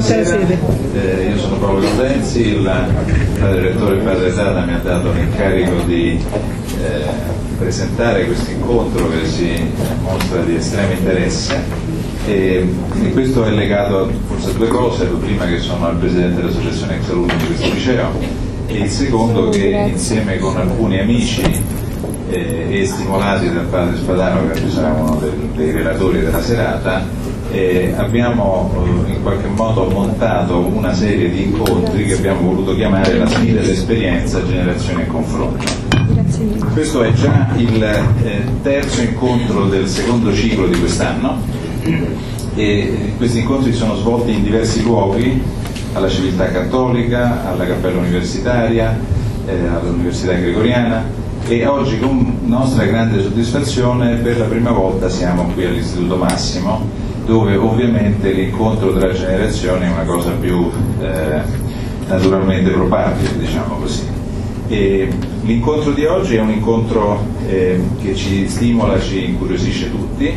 buonasera. Io sono Paolo Gaudenzi, il padre rettore e padre Data mi ha dato l'incarico di presentare questo incontro che si mostra di estremo interesse e questo è legato forse a due cose: la prima, che sono il presidente dell'associazione ex alunni di questo liceo, e il secondo, che insieme con alcuni amici e stimolati dal padre Spadaro, che sarà uno dei relatori della serata, abbiamo in qualche modo montato una serie di incontri che abbiamo voluto chiamare la sfida dell'esperienza, generazione e confronto. Questo è già il terzo incontro del secondo ciclo di quest'anno e questi incontri sono svolti in diversi luoghi: alla Civiltà Cattolica, alla Cappella Universitaria, all'Università Gregoriana, e oggi, con nostra grande soddisfazione, per la prima volta siamo qui all'Istituto Massimo, dove ovviamente l'incontro tra generazioni è una cosa più naturalmente probabile, diciamo così. E l'incontro di oggi è un incontro che ci stimola, ci incuriosisce tutti.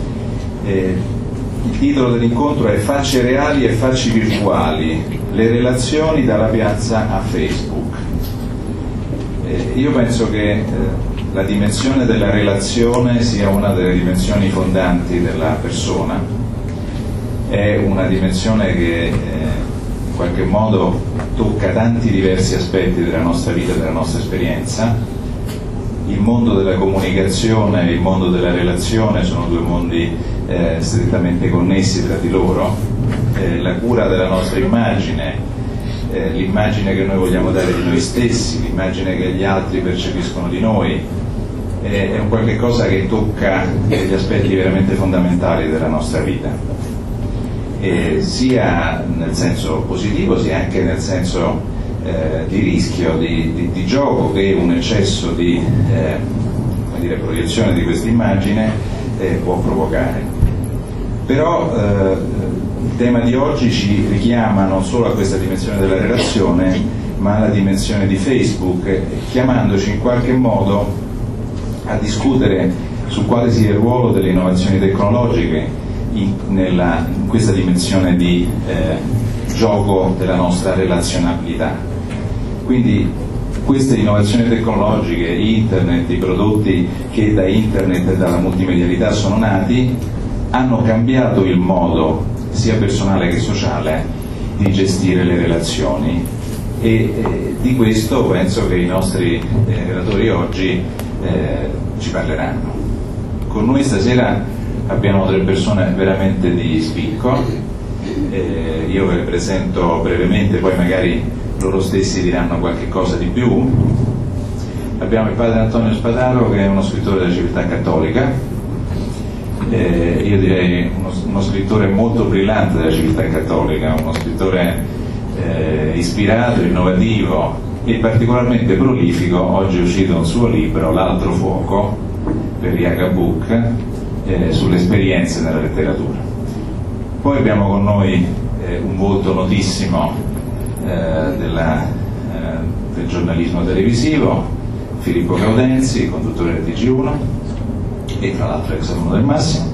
Il titolo dell'incontro è Facce reali e facce virtuali, le relazioni dalla piazza a Facebook. Io penso che la dimensione della relazione sia una delle dimensioni fondanti della persona. È una dimensione che in qualche modo tocca tanti diversi aspetti della nostra vita, della nostra esperienza. Il mondo della comunicazione e il mondo della relazione sono due mondi strettamente connessi tra di loro. La cura della nostra immagine, l'immagine che noi vogliamo dare di noi stessi, l'immagine che gli altri percepiscono di noi, è un qualche cosa che tocca degli aspetti veramente fondamentali della nostra vita, sia nel senso positivo sia anche nel senso di rischio, di gioco che un eccesso di proiezione di questa immagine può provocare. Però il tema di oggi ci richiama non solo a questa dimensione della relazione, ma alla dimensione di Facebook, chiamandoci in qualche modo a discutere su quale sia il ruolo delle innovazioni tecnologiche in questa dimensione di gioco della nostra relazionabilità. Quindi queste innovazioni tecnologiche, internet, i prodotti che da internet e dalla multimedialità sono nati, hanno cambiato il modo sia personale che sociale di gestire le relazioni e di questo penso che i nostri relatori oggi ci parleranno. Con noi stasera abbiamo delle persone veramente di spicco, io ve le presento brevemente, poi magari loro stessi diranno qualche cosa di più. Abbiamo il padre Antonio Spadaro, che è uno scrittore della Civiltà Cattolica, io direi uno scrittore molto brillante della Civiltà Cattolica, uno scrittore ispirato, innovativo e particolarmente prolifico. Oggi è uscito un suo libro, L'altro fuoco, per Yaga Book, sulle esperienze nella letteratura. Poi abbiamo con noi un volto notissimo del giornalismo televisivo, Filippo Gaudenzi, conduttore del TG1 e tra l'altro ex alunno del Massimo,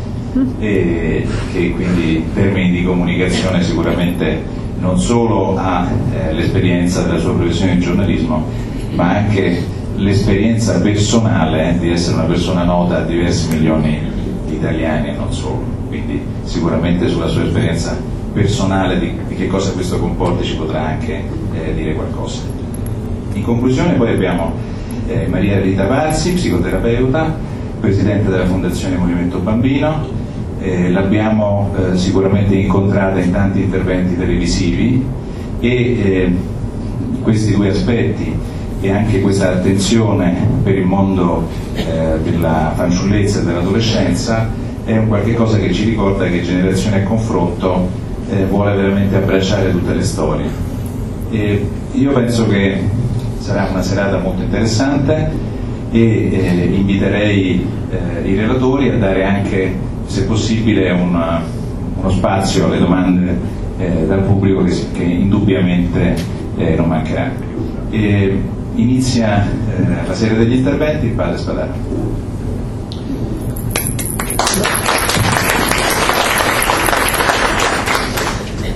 e che quindi in termini di comunicazione sicuramente non solo ha l'esperienza della sua professione di giornalismo, ma anche l'esperienza personale di essere una persona nota a diversi milioni di italiani e non solo. Quindi sicuramente sulla sua esperienza personale di che cosa questo comporta ci potrà anche dire qualcosa. In conclusione poi abbiamo Maria Rita Pazzi, psicoterapeuta, presidente della Fondazione Movimento Bambino. L'abbiamo sicuramente incontrata in tanti interventi televisivi e questi due aspetti e anche questa attenzione per il mondo della fanciullezza e dell'adolescenza è un qualche cosa che ci ricorda che Generazione e Confronto vuole veramente abbracciare tutte le storie. Io penso che sarà una serata molto interessante e inviterei i relatori a dare anche, se possibile, uno spazio alle domande dal pubblico che indubbiamente non mancheranno. Inizia la serie degli interventi il padre Spadaro.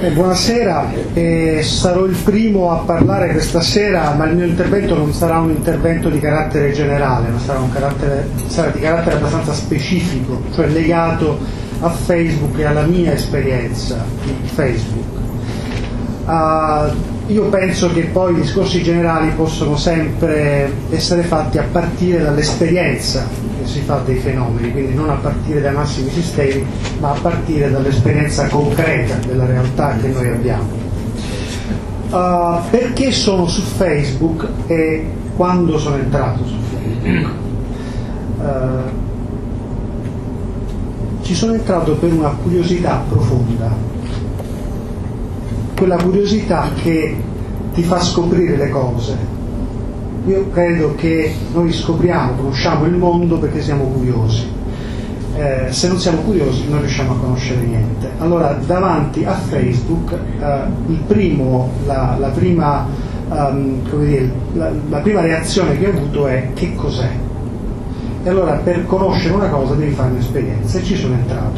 Buonasera, sarò il primo a parlare questa sera, ma il mio intervento non sarà un intervento di carattere generale, ma sarà di carattere abbastanza specifico, cioè legato a Facebook e alla mia esperienza di Facebook. Io penso che poi i discorsi generali possono sempre essere fatti a partire dall'esperienza che si fa dei fenomeni, quindi non a partire dai massimi sistemi, ma a partire dall'esperienza concreta della realtà che noi abbiamo. Perché sono su Facebook e quando sono entrato su Facebook? Ci sono entrato per una curiosità profonda, quella curiosità che ti fa scoprire le cose. Io credo che noi conosciamo il mondo perché siamo curiosi. Se non siamo curiosi non riusciamo a conoscere niente. Allora, davanti a Facebook, la prima reazione che ho avuto è: che cos'è? E allora, per conoscere una cosa devi fare un'esperienza, e ci sono entrato.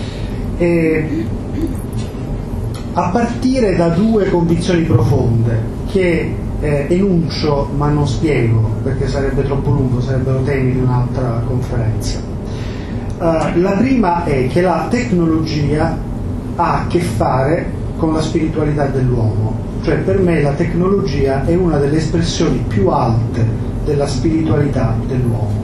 A partire da due convinzioni profonde che enuncio ma non spiego perché sarebbe troppo lungo, sarebbero temi di un'altra conferenza. La prima è che la tecnologia ha a che fare con la spiritualità dell'uomo, cioè per me la tecnologia è una delle espressioni più alte della spiritualità dell'uomo.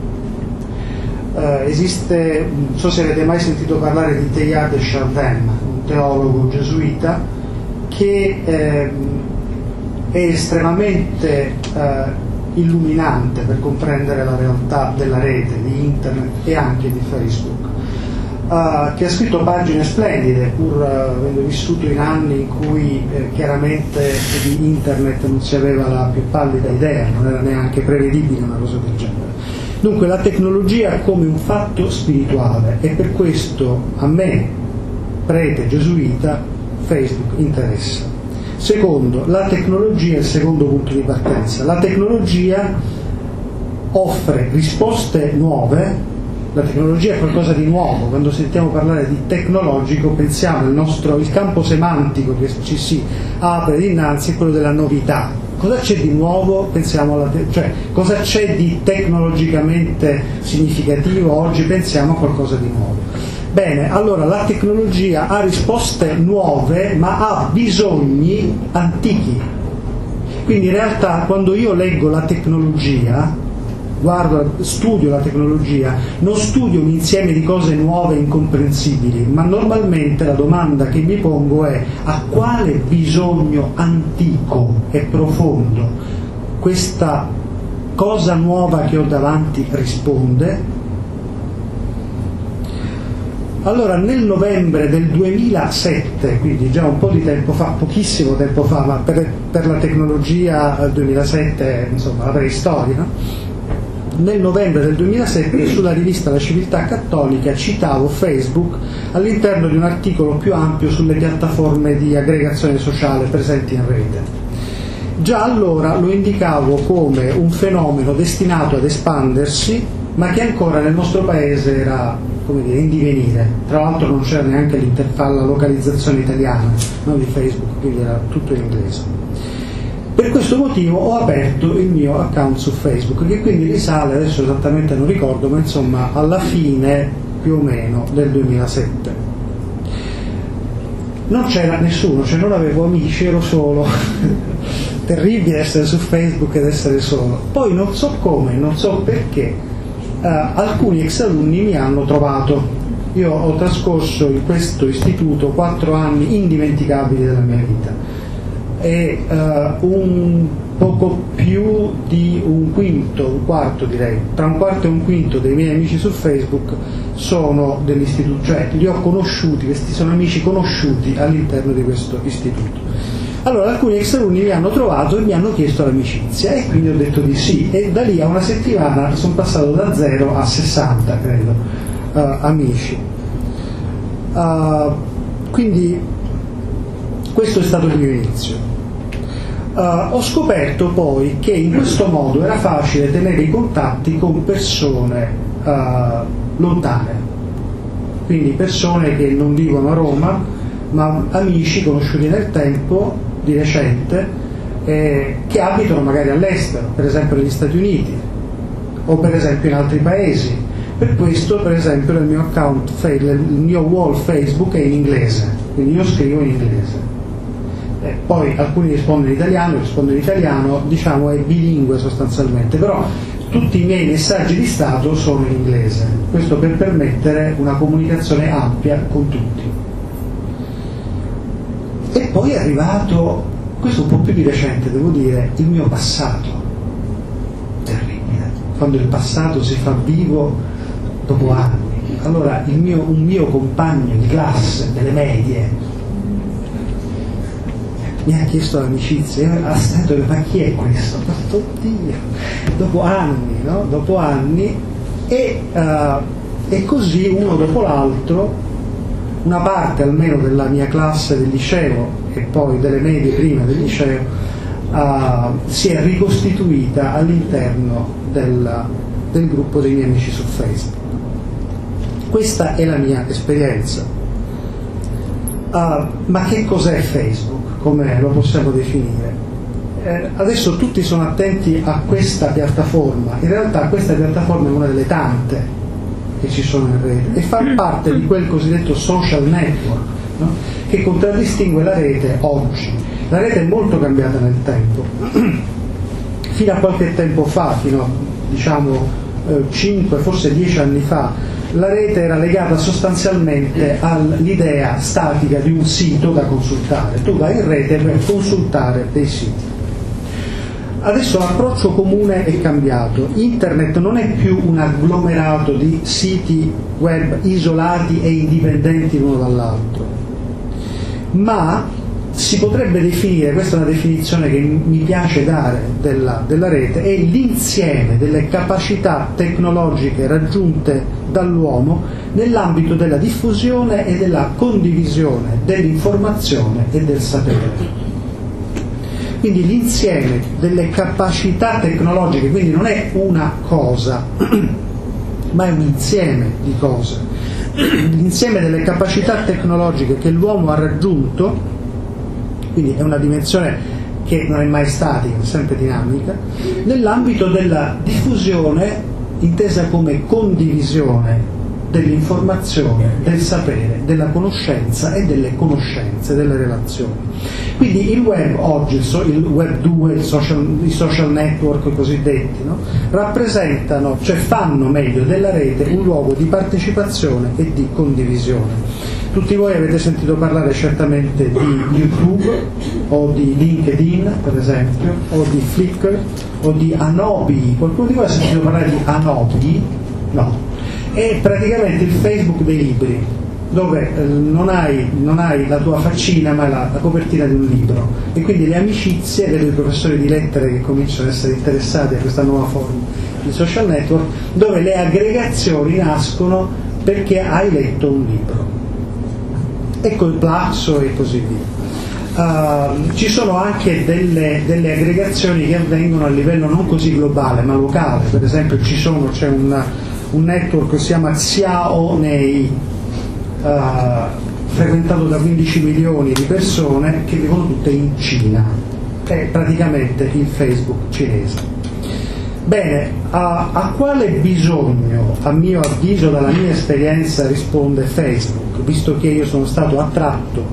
Esiste, non so se avete mai sentito parlare di Teilhard de Chardin, un teologo gesuita che è estremamente illuminante per comprendere la realtà della rete, di internet e anche di Facebook, che ha scritto pagine splendide, pur avendo vissuto in anni in cui chiaramente di internet non si aveva la più pallida idea, non era neanche prevedibile una cosa del genere. Dunque la tecnologia come un fatto spirituale, e per questo a me, prete gesuita, Facebook interessa. Secondo, la tecnologia è il secondo punto di partenza. La tecnologia offre risposte nuove. La tecnologia è qualcosa di nuovo. Quando sentiamo parlare di tecnologico pensiamo il campo semantico che ci si apre dinanzi è quello della novità. Cosa c'è di nuovo? Pensiamo cosa c'è di tecnologicamente significativo oggi? Pensiamo a qualcosa di nuovo. Bene, allora la tecnologia ha risposte nuove ma ha bisogni antichi. Quindi in realtà quando io leggo la tecnologia, studio la tecnologia, non studio un insieme di cose nuove e incomprensibili, ma normalmente la domanda che mi pongo è: a quale bisogno antico e profondo questa cosa nuova che ho davanti risponde? Allora, nel novembre del 2007, quindi già un po' di tempo fa, pochissimo tempo fa, ma per la tecnologia 2007 insomma la preistoria, no? Nel novembre del 2007 sulla rivista La Civiltà Cattolica citavo Facebook all'interno di un articolo più ampio sulle piattaforme di aggregazione sociale presenti in rete. Già allora lo indicavo come un fenomeno destinato ad espandersi, ma che ancora nel nostro paese era, come dire, in divenire. Tra l'altro non c'era neanche la localizzazione italiana, no, di Facebook, quindi era tutto in inglese. Per questo motivo ho aperto il mio account su Facebook, che quindi risale, adesso esattamente non ricordo, ma insomma alla fine più o meno del 2007. Non c'era nessuno, cioè non avevo amici, ero solo. Terribile essere su Facebook ed essere solo. Poi non so come, non so perché, alcuni ex alunni mi hanno trovato. Io ho trascorso in questo istituto 4 anni indimenticabili della mia vita. E un poco più di un quarto direi, tra un quarto e un quinto dei miei amici su Facebook sono dell'istituto, cioè li ho conosciuti, questi sono amici conosciuti all'interno di questo istituto. Allora alcuni ex alunni mi hanno trovato e mi hanno chiesto l'amicizia, e quindi ho detto di sì, e da lì a una settimana sono passato da 0 a 60 credo amici. Quindi questo è stato il mio inizio. Ho scoperto poi che in questo modo era facile tenere i contatti con persone lontane, quindi persone che non vivono a Roma, ma amici conosciuti nel tempo, di recente, che abitano magari all'estero, per esempio negli Stati Uniti o per esempio in altri paesi. Per questo, per esempio, il mio account, il mio wall Facebook è in inglese, quindi io scrivo in inglese. Poi alcuni rispondono in italiano, diciamo è bilingue sostanzialmente, però tutti i miei messaggi di stato sono in inglese, questo per permettere una comunicazione ampia con tutti. E poi è arrivato, questo un po' più di recente devo dire, il mio passato, terribile, quando il passato si fa vivo dopo anni. Allora un mio compagno di classe delle medie mi ha chiesto l'amicizia, io aspetto, ma chi è questo? Oddio, dopo anni, no? Dopo anni, e così uno dopo l'altro, una parte almeno della mia classe del liceo e poi delle medie prima del liceo si è ricostituita all'interno del gruppo dei miei amici su Facebook. Questa è la mia esperienza. Ma che cos'è Facebook? Come lo possiamo definire? Adesso tutti sono attenti a questa piattaforma, in realtà questa piattaforma è una delle tante che ci sono in rete e fa parte di quel cosiddetto social network, no? Che contraddistingue la rete oggi. La rete è molto cambiata nel tempo. Fino a qualche tempo fa, fino a diciamo 5, forse 10 anni fa, la rete era legata sostanzialmente all'idea statica di un sito da consultare. Tu vai in rete per consultare dei siti. Adesso l'approccio comune è cambiato. Internet non è più un agglomerato di siti web isolati e indipendenti l'uno dall'altro, ma si potrebbe definire, questa è una definizione che mi piace dare della rete, è l'insieme delle capacità tecnologiche raggiunte dall'uomo nell'ambito della diffusione e della condivisione dell'informazione e del sapere. Quindi l'insieme delle capacità tecnologiche, quindi non è una cosa, ma è un insieme di cose. L'insieme delle capacità tecnologiche che l'uomo ha raggiunto, quindi è una dimensione che non è mai statica, è sempre dinamica, nell'ambito della diffusione intesa come condivisione dell'informazione, del sapere, della conoscenza e delle conoscenze, delle relazioni. Quindi il web oggi, il web 2, i social network cosiddetti, no? Rappresentano, cioè fanno meglio della rete un luogo di partecipazione e di condivisione. Tutti voi avete sentito parlare certamente di YouTube o di LinkedIn, per esempio, o di Flickr o di Anobi. Qualcuno di voi ha sentito parlare di Anobi? No. È praticamente il Facebook dei libri, dove non hai la tua faccina ma la copertina di un libro, e quindi le amicizie, vedo i professori di lettere che cominciano ad essere interessati a questa nuova forma di social network, dove le aggregazioni nascono perché hai letto un libro. Ecco il Plaxo e così via. Ci sono anche delle aggregazioni che avvengono a livello non così globale ma locale, per esempio c'è un network che si chiama Xiaonei, frequentato da 15 milioni di persone che vivono tutte in Cina, è praticamente il Facebook cinese. Bene, a quale bisogno, a mio avviso, dalla mia esperienza, risponde Facebook, visto che io sono stato attratto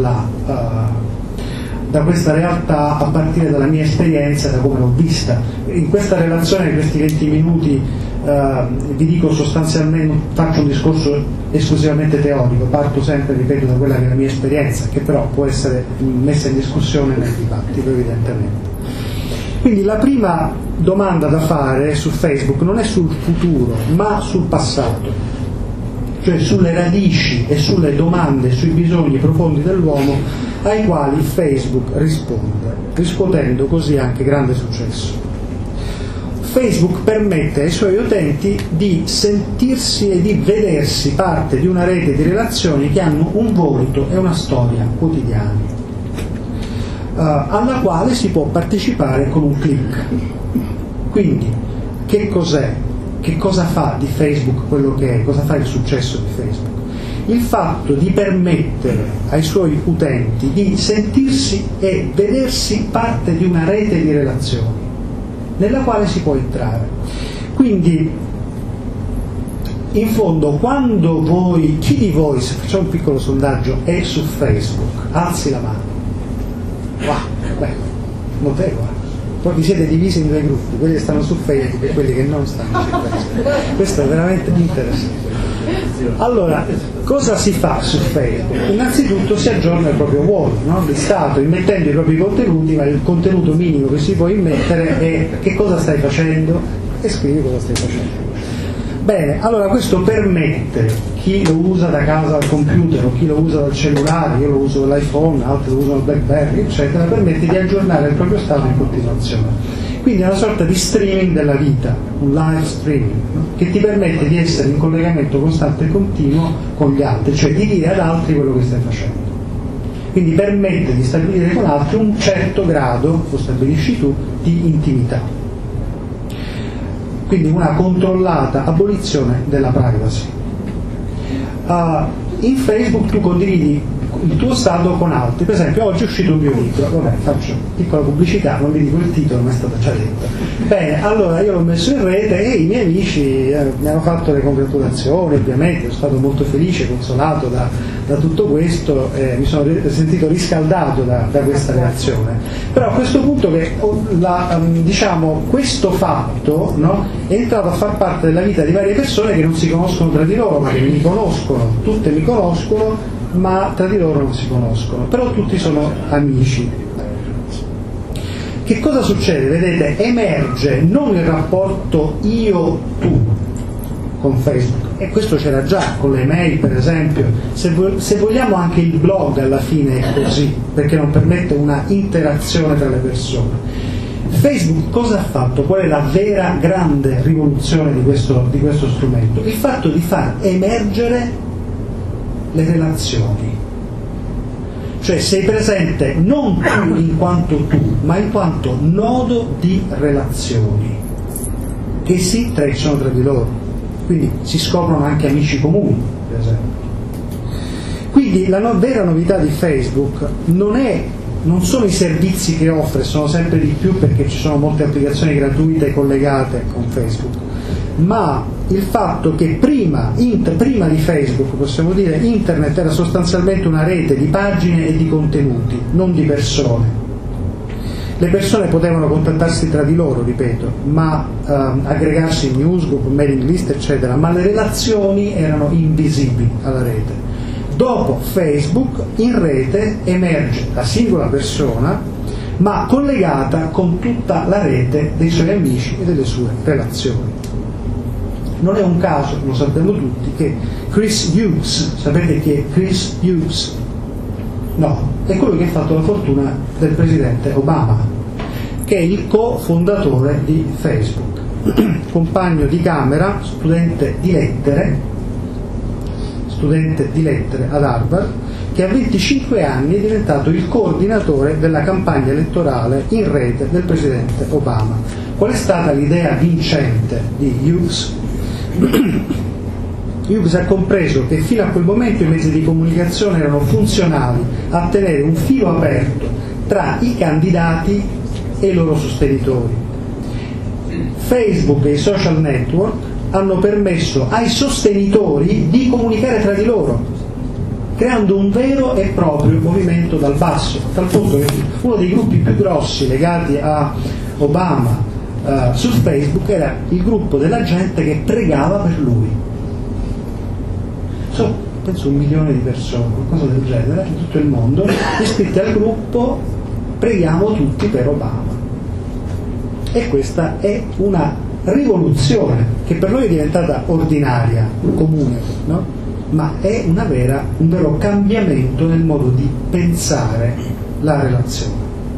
da questa realtà a partire dalla mia esperienza, da come l'ho vista. In questa relazione, in questi 20 minuti, vi dico sostanzialmente, faccio un discorso esclusivamente teorico, parto sempre, ripeto, da quella che è la mia esperienza, che però può essere messa in discussione nel dibattito, evidentemente. Quindi la prima domanda da fare su Facebook non è sul futuro, ma sul passato, cioè sulle radici e sulle domande, sui bisogni profondi dell'uomo ai quali Facebook risponde, riscuotendo così anche grande successo. Facebook permette ai suoi utenti di sentirsi e di vedersi parte di una rete di relazioni che hanno un volto e una storia quotidiani, alla quale si può partecipare con un click. Quindi, che cos'è? Che cosa fa di Facebook quello che è? Cosa fa il successo di Facebook? il fatto di permettere ai suoi utenti di sentirsi e vedersi parte di una rete di relazioni nella quale si può entrare. Quindi in fondo, quando voi, chi di voi, se facciamo un piccolo sondaggio, è su Facebook, alzi la mano. Wow, beh, notevole. Poi vi siete divisi in due gruppi, quelli che stanno su Facebook e quelli che non stanno su Facebook. Questo è veramente interessante. Allora, cosa si fa su Facebook? Innanzitutto si aggiorna il proprio wall, no? Di stato, immettendo i propri contenuti, ma il contenuto minimo che si può immettere è che cosa stai facendo e scrivi cosa stai facendo. Bene, allora questo permette chi lo usa da casa al computer o chi lo usa dal cellulare, io lo uso dall'iPhone, altri lo usano dal BlackBerry, eccetera, permette di aggiornare il proprio stato in continuazione. Quindi è una sorta di streaming della vita, un live streaming, no? Che ti permette di essere in collegamento costante e continuo con gli altri, cioè di dire ad altri quello che stai facendo. Quindi permette di stabilire con altri un certo grado, lo stabilisci tu, di intimità. Quindi una controllata abolizione della privacy. In Facebook tu condividi il tuo stato con altri. Per esempio oggi è uscito un mio libro, vabbè, faccio piccola pubblicità, non vi dico il titolo, ma è stato già detto. Bene, allora io l'ho messo in rete e i miei amici mi hanno fatto le congratulazioni, ovviamente sono stato molto felice, consolato da tutto questo, mi sono sentito riscaldato da questa reazione. Però a questo punto che diciamo, questo fatto, no, è entrato a far parte della vita di varie persone che non si conoscono tra di loro, ma che mi conoscono, tutte mi conoscono, ma tra di loro non si conoscono, però tutti sono amici. Che cosa succede? Vedete, emerge non il rapporto io-tu con Facebook, e questo c'era già con le mail, per esempio, se vogliamo anche il blog alla fine è così, perché non permette una interazione tra le persone. Facebook cosa ha fatto? Qual è la vera grande rivoluzione di questo strumento? Il fatto di far emergere le relazioni, cioè sei presente non tu in quanto tu, ma in quanto nodo di relazioni che si intrecciano tra di loro, quindi si scoprono anche amici comuni, per esempio. Quindi la vera novità di Facebook non sono i servizi che offre, sono sempre di più perché ci sono molte applicazioni gratuite collegate con Facebook, ma il fatto che prima di Facebook, possiamo dire, Internet era sostanzialmente una rete di pagine e di contenuti, non di persone. Le persone potevano contattarsi tra di loro, ripeto, ma aggregarsi in newsgroup, mailing list, eccetera, ma le relazioni erano invisibili alla rete. Dopo Facebook, in rete emerge la singola persona, ma collegata con tutta la rete dei suoi amici e delle sue relazioni. Non è un caso, lo sappiamo tutti, che Chris Hughes, sapete chi è Chris Hughes? No, è quello che ha fatto la fortuna del presidente Obama, che è il cofondatore di Facebook, compagno di camera, studente di lettere ad Harvard, che a 25 anni è diventato il coordinatore della campagna elettorale in rete del presidente Obama. Qual è stata l'idea vincente di Hughes? Hughes ha compreso che fino a quel momento i mezzi di comunicazione erano funzionali a tenere un filo aperto tra i candidati e i loro sostenitori. Facebook e i social network hanno permesso ai sostenitori di comunicare tra di loro, creando un vero e proprio movimento dal basso, tal punto che uno dei gruppi più grossi legati a Obama su Facebook era il gruppo della gente che pregava per lui. Penso 1 milione di persone, qualcosa del genere, in tutto il mondo, iscritte al gruppo Preghiamo tutti per Obama. E questa è una rivoluzione che per noi è diventata ordinaria, comune, no? Ma è un vero cambiamento nel modo di pensare la relazione.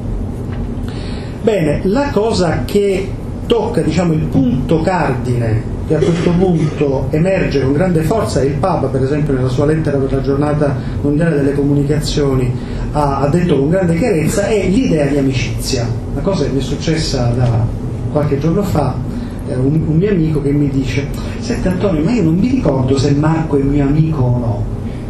Bene, la cosa che tocca, diciamo, il punto cardine che a questo punto emerge con grande forza, e il Papa per esempio nella sua lettera per la giornata mondiale delle comunicazioni ha detto con grande chiarezza, è l'idea di amicizia. Una cosa che mi è successa da qualche giorno fa, un mio amico che mi dice: senti Antonio, ma io non mi ricordo se Marco è mio amico o no.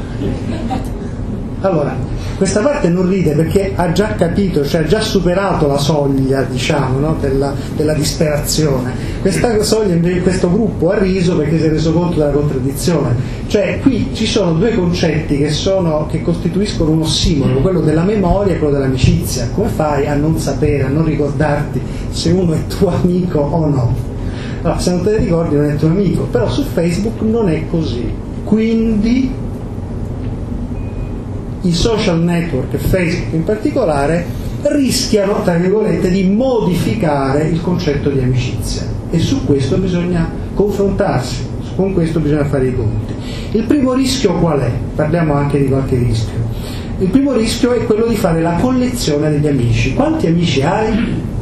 Allora, questa parte non ride perché ha già capito, cioè ha già superato la soglia, diciamo, no? della disperazione. Questa soglia, invece, questo gruppo ha riso perché si è reso conto della contraddizione. Cioè qui ci sono due concetti che costituiscono un ossimoro, quello della memoria e quello dell'amicizia. Come fai a non sapere, a non ricordarti se uno è tuo amico o no? Allora, se non te ne ricordi non è tuo amico, però su Facebook non è così. Quindi i social network e Facebook in particolare rischiano, tra virgolette, di modificare il concetto di amicizia, e su questo bisogna confrontarsi, con questo bisogna fare i conti. Il primo rischio qual è? Parliamo anche di qualche rischio. Il primo rischio è quello di fare la collezione degli amici. Quanti amici hai?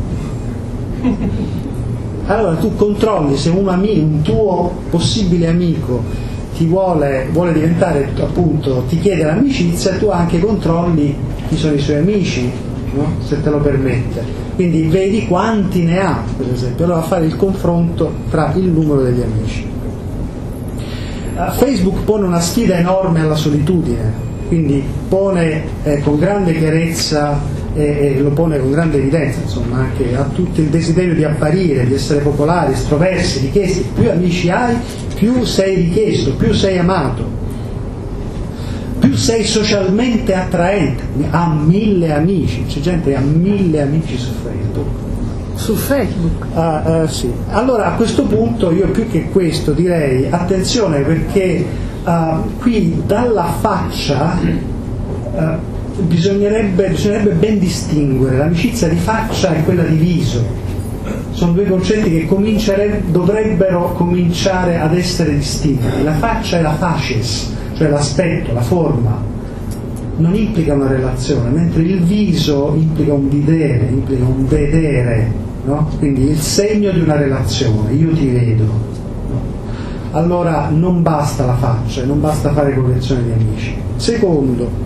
Allora tu controlli se un tuo possibile amico ti vuole diventare, appunto, ti chiede l'amicizia, tu anche controlli chi sono i suoi amici, no? Se te lo permette. Quindi vedi quanti ne ha, per esempio. Allora fare il confronto tra il numero degli amici. Facebook pone una sfida enorme alla solitudine, quindi pone con grande chiarezza e lo pone con grande evidenza, insomma, anche a tutti il desiderio di apparire, di essere popolari, estroversi, richiesti. Più amici hai, più sei richiesto, più sei amato, più sei socialmente attraente. Ha 1000 amici, c'è gente che ha 1000 amici su Facebook. Su Facebook? Sì. Allora a questo punto io più che questo direi attenzione, perché qui dalla faccia bisognerebbe ben distinguere l'amicizia di faccia e quella di viso. Sono due concetti che dovrebbero cominciare ad essere distinti. La faccia è la facies, cioè l'aspetto, la forma, non implica una relazione, mentre il viso implica un vedere, no? Quindi il segno di una relazione, io ti vedo, no? Allora non basta la faccia, non basta fare collezione di amici. Secondo,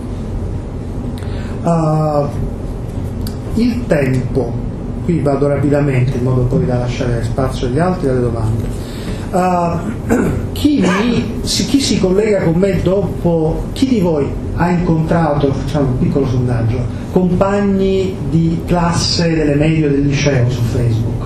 il tempo, qui vado rapidamente in modo poi da lasciare spazio agli altri alle domande. Chi si collega con me dopo, chi di voi ha incontrato, facciamo un piccolo sondaggio, compagni di classe delle medie o del liceo su Facebook?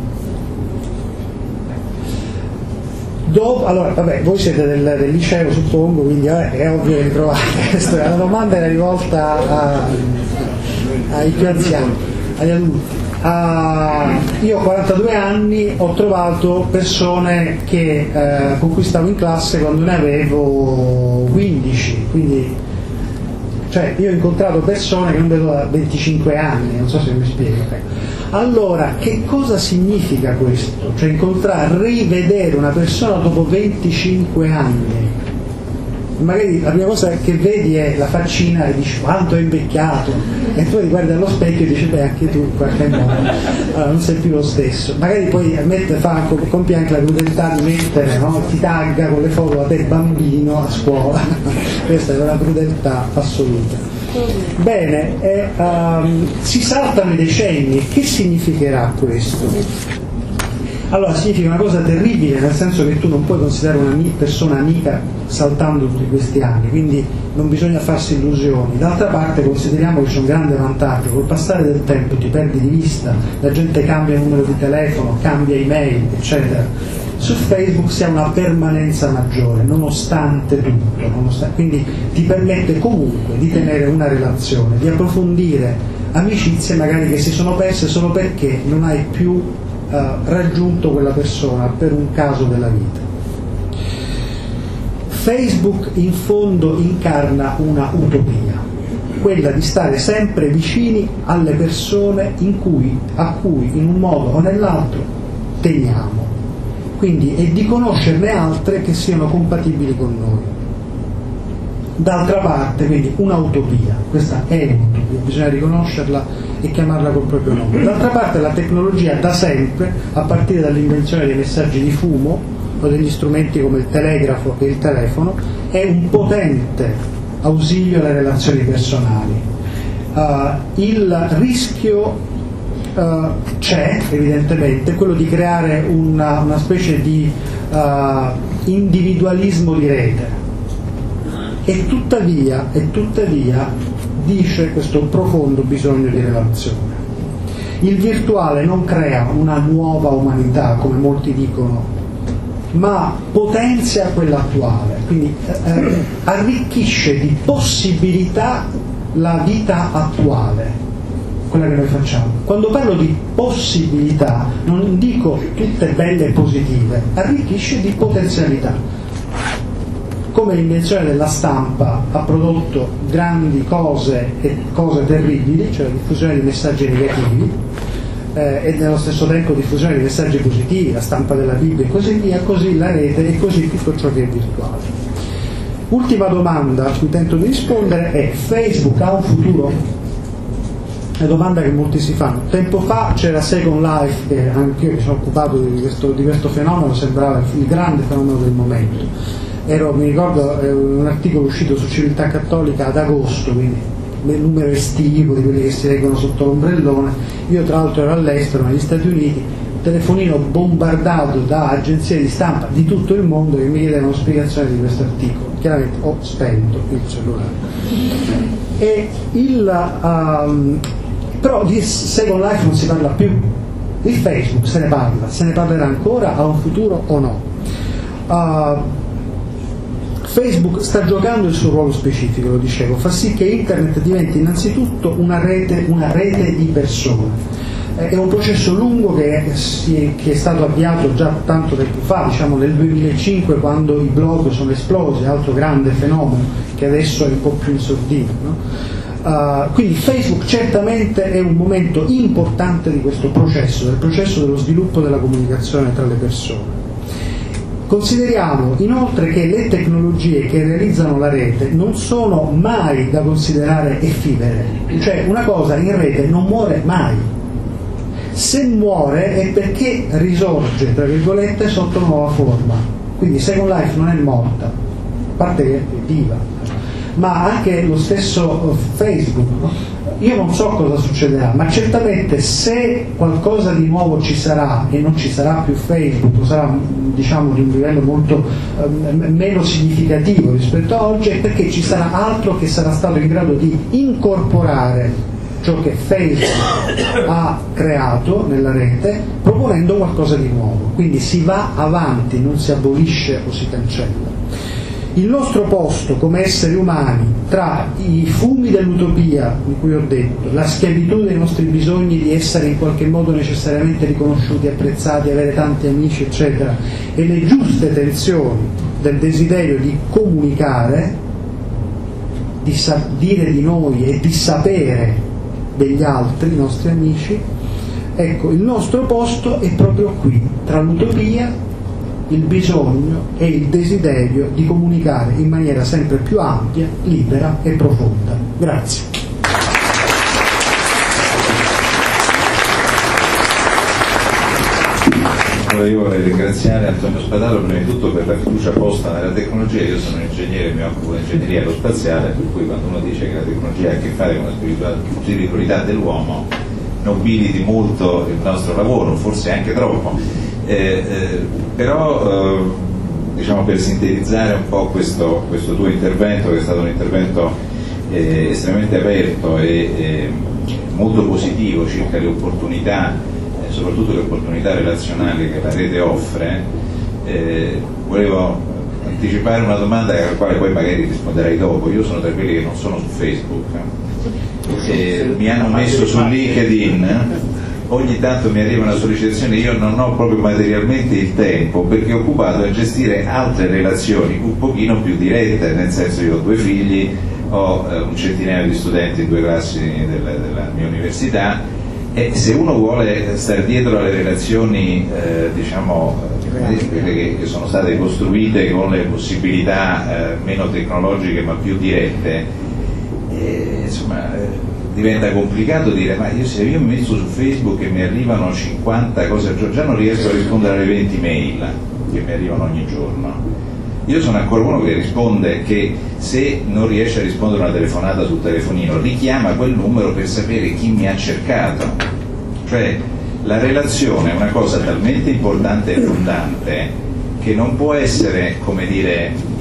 Allora, vabbè, voi siete del liceo, suppongo, quindi è ovvio che trovate. La domanda era rivolta ai più anziani, agli adulti. Io ho 42 anni, ho trovato persone con cui stavo in classe quando ne avevo 15, quindi cioè io ho incontrato persone che non vedo da 25 anni, non so se mi spiego. Allora, che cosa significa questo? Cioè rivedere una persona dopo 25 anni. Magari la prima cosa che vedi è la faccina e dici quanto è invecchiato, e tu ti guardi allo specchio e dici beh, anche tu in qualche modo non sei più lo stesso. Magari poi compie anche la crudeltà di mettere, no? Ti tagga con le foto a te bambino a scuola. Questa è una crudeltà assoluta. Bene, si saltano i decenni. Che significherà questo? Allora significa una cosa terribile, nel senso che tu non puoi considerare una persona amica saltando tutti questi anni, quindi non bisogna farsi illusioni. D'altra parte consideriamo che c'è un grande vantaggio: col passare del tempo ti perdi di vista, la gente cambia il numero di telefono, cambia email, eccetera. Su Facebook si ha una permanenza maggiore nonostante tutto, quindi ti permette comunque di tenere una relazione, di approfondire amicizie magari che si sono perse solo perché non hai più raggiunto quella persona per un caso della vita. Facebook in fondo incarna una utopia, quella di stare sempre vicini alle persone a cui in un modo o nell'altro teniamo, quindi, e di conoscerne altre che siano compatibili con noi. D'altra parte, quindi un'utopia, questa è un'utopia, bisogna riconoscerla e chiamarla col proprio nome. D'altra parte la tecnologia da sempre, a partire dall'invenzione dei messaggi di fumo o degli strumenti come il telegrafo e il telefono, è un potente ausilio alle relazioni personali. Il rischio c'è evidentemente, quello di creare una specie di individualismo di rete, e tuttavia dice questo profondo bisogno di relazione. Il virtuale non crea una nuova umanità, come molti dicono, ma potenzia quella attuale, quindi arricchisce di possibilità la vita attuale, quella che noi facciamo. Quando parlo di possibilità non dico tutte belle e positive, arricchisce di potenzialità. Come l'invenzione della stampa ha prodotto grandi cose e cose terribili, cioè la diffusione di messaggi negativi e nello stesso tempo diffusione di messaggi positivi, la stampa della Bibbia e così via, così la rete e così tutto ciò che è virtuale. Ultima domanda a cui tento di rispondere è: Facebook ha un futuro? È una domanda che molti si fanno. Tempo fa c'era Second Life, che anche io mi sono occupato di questo fenomeno, sembrava il grande fenomeno del momento. Mi ricordo un articolo uscito su Civiltà Cattolica ad agosto, quindi nel numero estivo di quelli che si leggono sotto l'ombrellone. Io tra l'altro ero all'estero, negli Stati Uniti, telefonino bombardato da agenzie di stampa di tutto il mondo che mi chiedevano spiegazione di questo articolo. Chiaramente ho spento il cellulare. Però di Second Life non si parla più. Di Facebook se ne parlerà ancora, ha un futuro o no? Facebook sta giocando il suo ruolo specifico, lo dicevo, fa sì che Internet diventi innanzitutto una rete di persone. È un processo lungo che è stato avviato già tanto tempo fa, diciamo nel 2005, quando i blog sono esplosi, altro grande fenomeno che adesso è un po' più in sordina, no? Quindi Facebook certamente è un momento importante di questo processo, del processo dello sviluppo della comunicazione tra le persone. Consideriamo inoltre che le tecnologie che realizzano la rete non sono mai da considerare effimere, cioè una cosa in rete non muore mai. Se muore è perché risorge, tra virgolette, sotto nuova forma. Quindi Second Life non è morta, a parte che è viva, ma anche lo stesso Facebook, no? Io non so cosa succederà, ma certamente se qualcosa di nuovo ci sarà e non ci sarà più Facebook, sarà diciamo di un livello molto meno significativo rispetto a oggi, è perché ci sarà altro che sarà stato in grado di incorporare ciò che Facebook ha creato nella rete, proponendo qualcosa di nuovo. Quindi si va avanti, non si abolisce o si cancella. Il nostro posto come esseri umani, tra i fumi dell'utopia di cui ho detto, la schiavitù dei nostri bisogni di essere in qualche modo necessariamente riconosciuti, apprezzati, avere tanti amici eccetera, e le giuste tensioni del desiderio di comunicare, di dire di noi e di sapere degli altri, i nostri amici, ecco, il nostro posto è proprio qui, tra l'utopia, il bisogno e il desiderio di comunicare in maniera sempre più ampia, libera e profonda. Grazie. Allora io vorrei ringraziare Antonio Spadaro prima di tutto per la fiducia posta nella tecnologia. Io sono un ingegnere, mi occupo di ingegneria aerospaziale, per cui quando uno dice che la tecnologia ha a che fare con la spiritualità dell'uomo nobiliti molto il nostro lavoro, forse anche troppo. Però diciamo, per sintetizzare un po' questo tuo intervento, che è stato un intervento estremamente aperto e molto positivo circa le opportunità, soprattutto le opportunità relazionali che la rete offre, volevo anticipare una domanda alla quale poi magari risponderai dopo. Io sono tra quelli che non sono su Facebook, mi hanno messo su LinkedIn. Ogni tanto mi arriva una sollecitazione, io non ho proprio materialmente il tempo perché ho occupato a gestire altre relazioni un pochino più dirette, nel senso io ho 2 figli, ho un centinaio di studenti in 2 classi della mia università, e se uno vuole stare dietro alle relazioni diciamo quelle che sono state costruite con le possibilità meno tecnologiche ma più dirette, insomma diventa complicato dire, ma se io mi metto su Facebook e mi arrivano 50 cose al giorno, già non riesco a rispondere alle 20 mail che mi arrivano ogni giorno. Io sono ancora uno che risponde, che se non riesce a rispondere a una telefonata sul telefonino richiama quel numero per sapere chi mi ha cercato. Cioè la relazione è una cosa talmente importante e fondante che non può essere, come dire,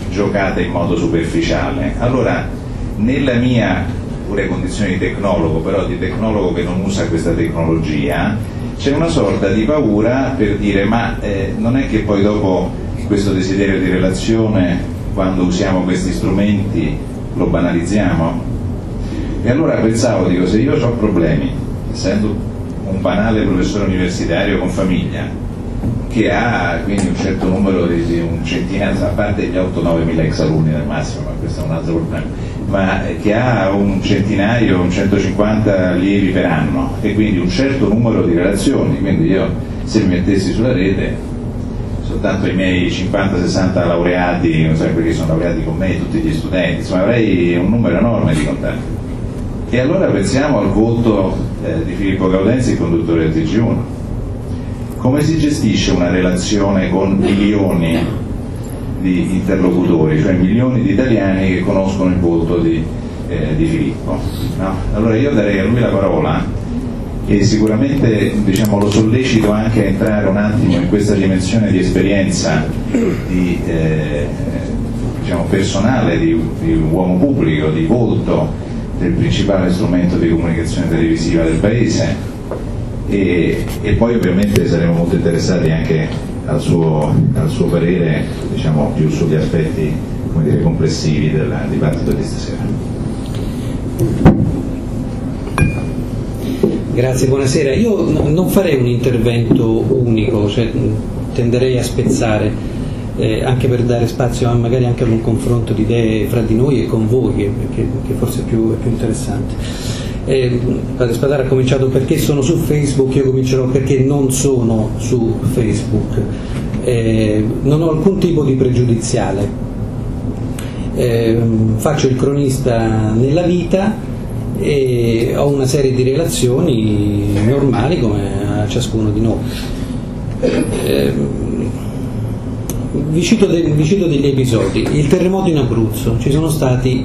giocate in modo superficiale. Allora, nella mia pure condizione di tecnologo, però di tecnologo che non usa questa tecnologia, c'è una sorta di paura per dire ma non è che poi dopo questo desiderio di relazione, quando usiamo questi strumenti, lo banalizziamo? E allora pensavo, dico, se io ho problemi, essendo un banale professore universitario con famiglia, che ha quindi un certo numero di un centinaio, a parte gli 8-9 mila ex alunni al massimo, ma questo è un altro problema, ma che ha un centinaio, un 150 allievi per anno e quindi un certo numero di relazioni, quindi io se mi mettessi sulla rete soltanto i miei 50-60 laureati, non so perché sono laureati con me, tutti gli studenti, insomma avrei un numero enorme di contatti. E allora pensiamo al volto di Filippo Gaudenzi, il conduttore del TG1. Come si gestisce una relazione con milioni di interlocutori, cioè milioni di italiani che conoscono il volto di Filippo, no? Allora io darei a lui la parola e sicuramente, diciamo, lo sollecito anche a entrare un attimo in questa dimensione di esperienza diciamo, personale di uomo pubblico, di volto del principale strumento di comunicazione televisiva del paese. E poi ovviamente saremo molto interessati anche al suo parere, diciamo, più sugli aspetti, come dire, complessivi del dibattito di stasera. Grazie, buonasera. Io non farei un intervento unico, cioè tenderei a spezzare, anche per dare spazio magari anche ad un confronto di idee fra di noi e con voi, che forse è più interessante. Padre Spadaro ha cominciato perché sono su Facebook, io comincerò perché non sono su Facebook. Non ho alcun tipo di pregiudiziale, faccio il cronista nella vita e ho una serie di relazioni normali come a ciascuno di noi. Vi cito degli episodi. Il terremoto in Abruzzo, ci sono stati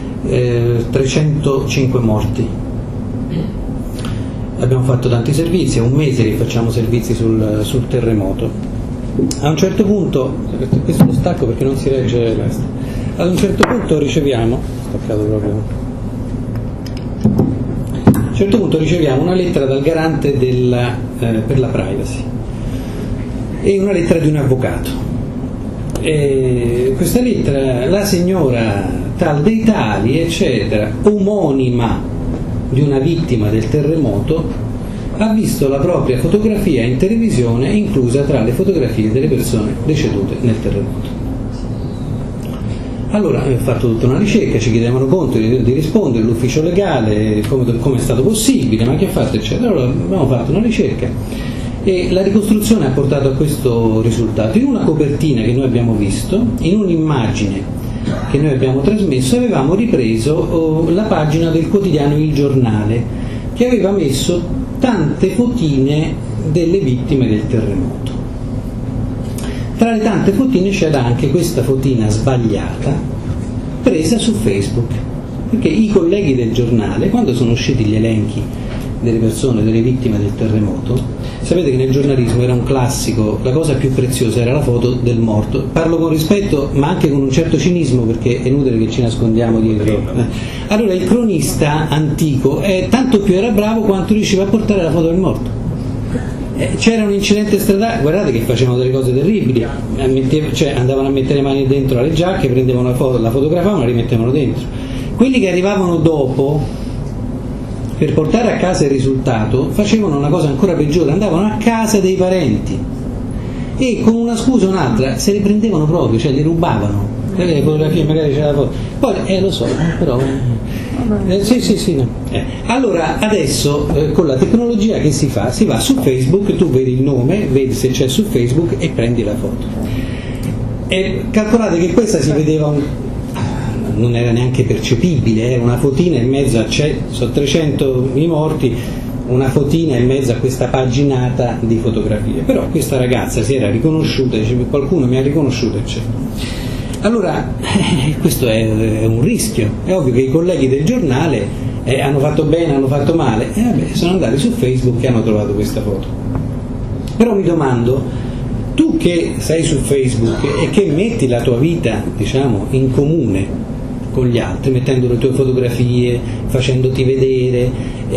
305 morti. Abbiamo fatto tanti servizi, è un mese che facciamo servizi sul terremoto. A un certo punto, questo lo stacco perché non si regge questo. Ad un certo punto riceviamo, staccato proprio. A un certo punto riceviamo una lettera dal garante per la privacy e una lettera di un avvocato. E questa lettera, la signora tal dei tali, eccetera, omonima di una vittima del terremoto, ha visto la propria fotografia in televisione inclusa tra le fotografie delle persone decedute nel terremoto. Allora abbiamo fatto tutta una ricerca, ci chiedevano conto di rispondere, l'ufficio legale, come è stato possibile, ma che ha fatto, eccetera. Allora abbiamo fatto una ricerca e la ricostruzione ha portato a questo risultato. In una copertina che noi abbiamo visto, in un'immagine che noi abbiamo trasmesso, avevamo ripreso la pagina del quotidiano Il Giornale, che aveva messo tante fotine delle vittime del terremoto. Tra le tante fotine c'era anche questa fotina sbagliata presa su Facebook, perché i colleghi del Giornale, quando sono usciti gli elenchi delle persone, delle vittime del terremoto, sapete che nel giornalismo era un classico, la cosa più preziosa era la foto del morto. Parlo con rispetto ma anche con un certo cinismo, perché è inutile che ci nascondiamo dietro. Allora il cronista antico tanto più era bravo quanto riusciva a portare la foto del morto. C'era un incidente stradale, guardate che facevano delle cose terribili, cioè andavano a mettere le mani dentro alle giacche, prendevano la fotografavano e la rimettevano dentro. Quelli che arrivavano dopo, per portare a casa il risultato, facevano una cosa ancora peggiore, andavano a casa dei parenti e con una scusa o un'altra se le prendevano proprio, cioè le rubavano. Le fotografie magari c'era la foto, poi lo so, però sì, no. Allora adesso con la tecnologia che si fa? Si va su Facebook, tu vedi il nome, vedi se c'è su Facebook e prendi la foto. E calcolate che questa si vedeva non era neanche percepibile, era una fotina in mezzo sono 300 i morti, una fotina in mezzo a questa paginata di fotografie. Però questa ragazza si era riconosciuta, diceva qualcuno mi ha riconosciuto, eccetera. Allora questo è un rischio, è ovvio che i colleghi del giornale hanno fatto bene, hanno fatto male, sono andati su Facebook e hanno trovato questa foto. Però mi domando, tu che sei su Facebook e che metti la tua vita, diciamo, in comune con gli altri, mettendo le tue fotografie, facendoti vedere,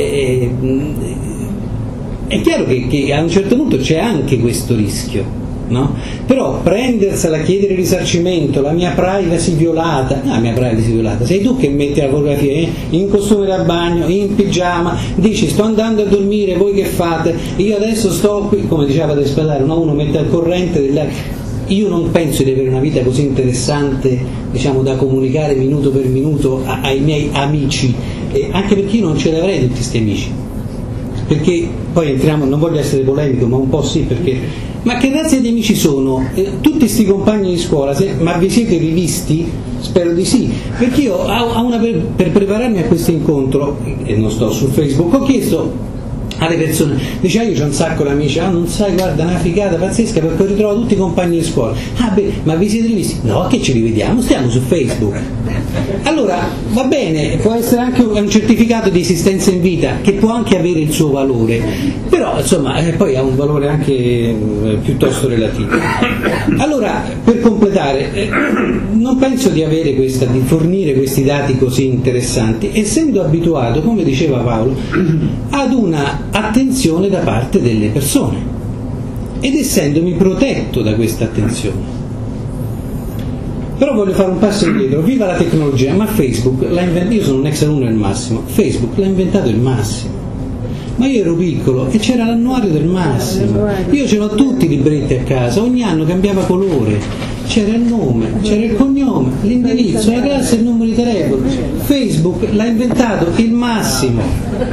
è chiaro che a un certo punto c'è anche questo rischio, no? Però prendersela a chiedere risarcimento, la mia privacy violata, sei tu che metti la fotografia in costume da bagno, in pigiama, dici sto andando a dormire, voi che fate? Io adesso sto qui, come diceva del Spadaro, no? Uno mette al corrente. Io non penso di avere una vita così interessante, diciamo, da comunicare minuto per minuto ai miei amici, anche perché io non ce li avrei tutti questi amici, perché poi entriamo, non voglio essere polemico, ma un po' sì, perché ma che razza di amici sono? Tutti questi compagni di scuola, ma vi siete rivisti? Spero di sì, perché io per prepararmi a questo incontro, e non sto su Facebook, ho chiesto alle persone, dice io c'ho un sacco di amici, non sai, guarda, una figata pazzesca perché ho ritrovato tutti i compagni di scuola. Ma vi siete rivisti? No, che ci rivediamo, stiamo su Facebook. Allora va bene, può essere anche un certificato di esistenza in vita che può anche avere il suo valore, però insomma poi ha un valore anche piuttosto relativo. Allora, per completare, non penso di fornire questi dati così interessanti, essendo abituato, come diceva Paolo, ad una attenzione da parte delle persone ed essendomi protetto da questa attenzione. Però voglio fare un passo indietro. Viva la tecnologia, ma Facebook io sono un ex alunno del Massimo, Facebook l'ha inventato il Massimo, ma io ero piccolo e c'era l'annuario del Massimo, io ce l'ho tutti i libretti a casa, ogni anno cambiava colore, c'era il nome, c'era il cognome, l'indirizzo, la classe e il numero di telefono. Facebook l'ha inventato il Massimo.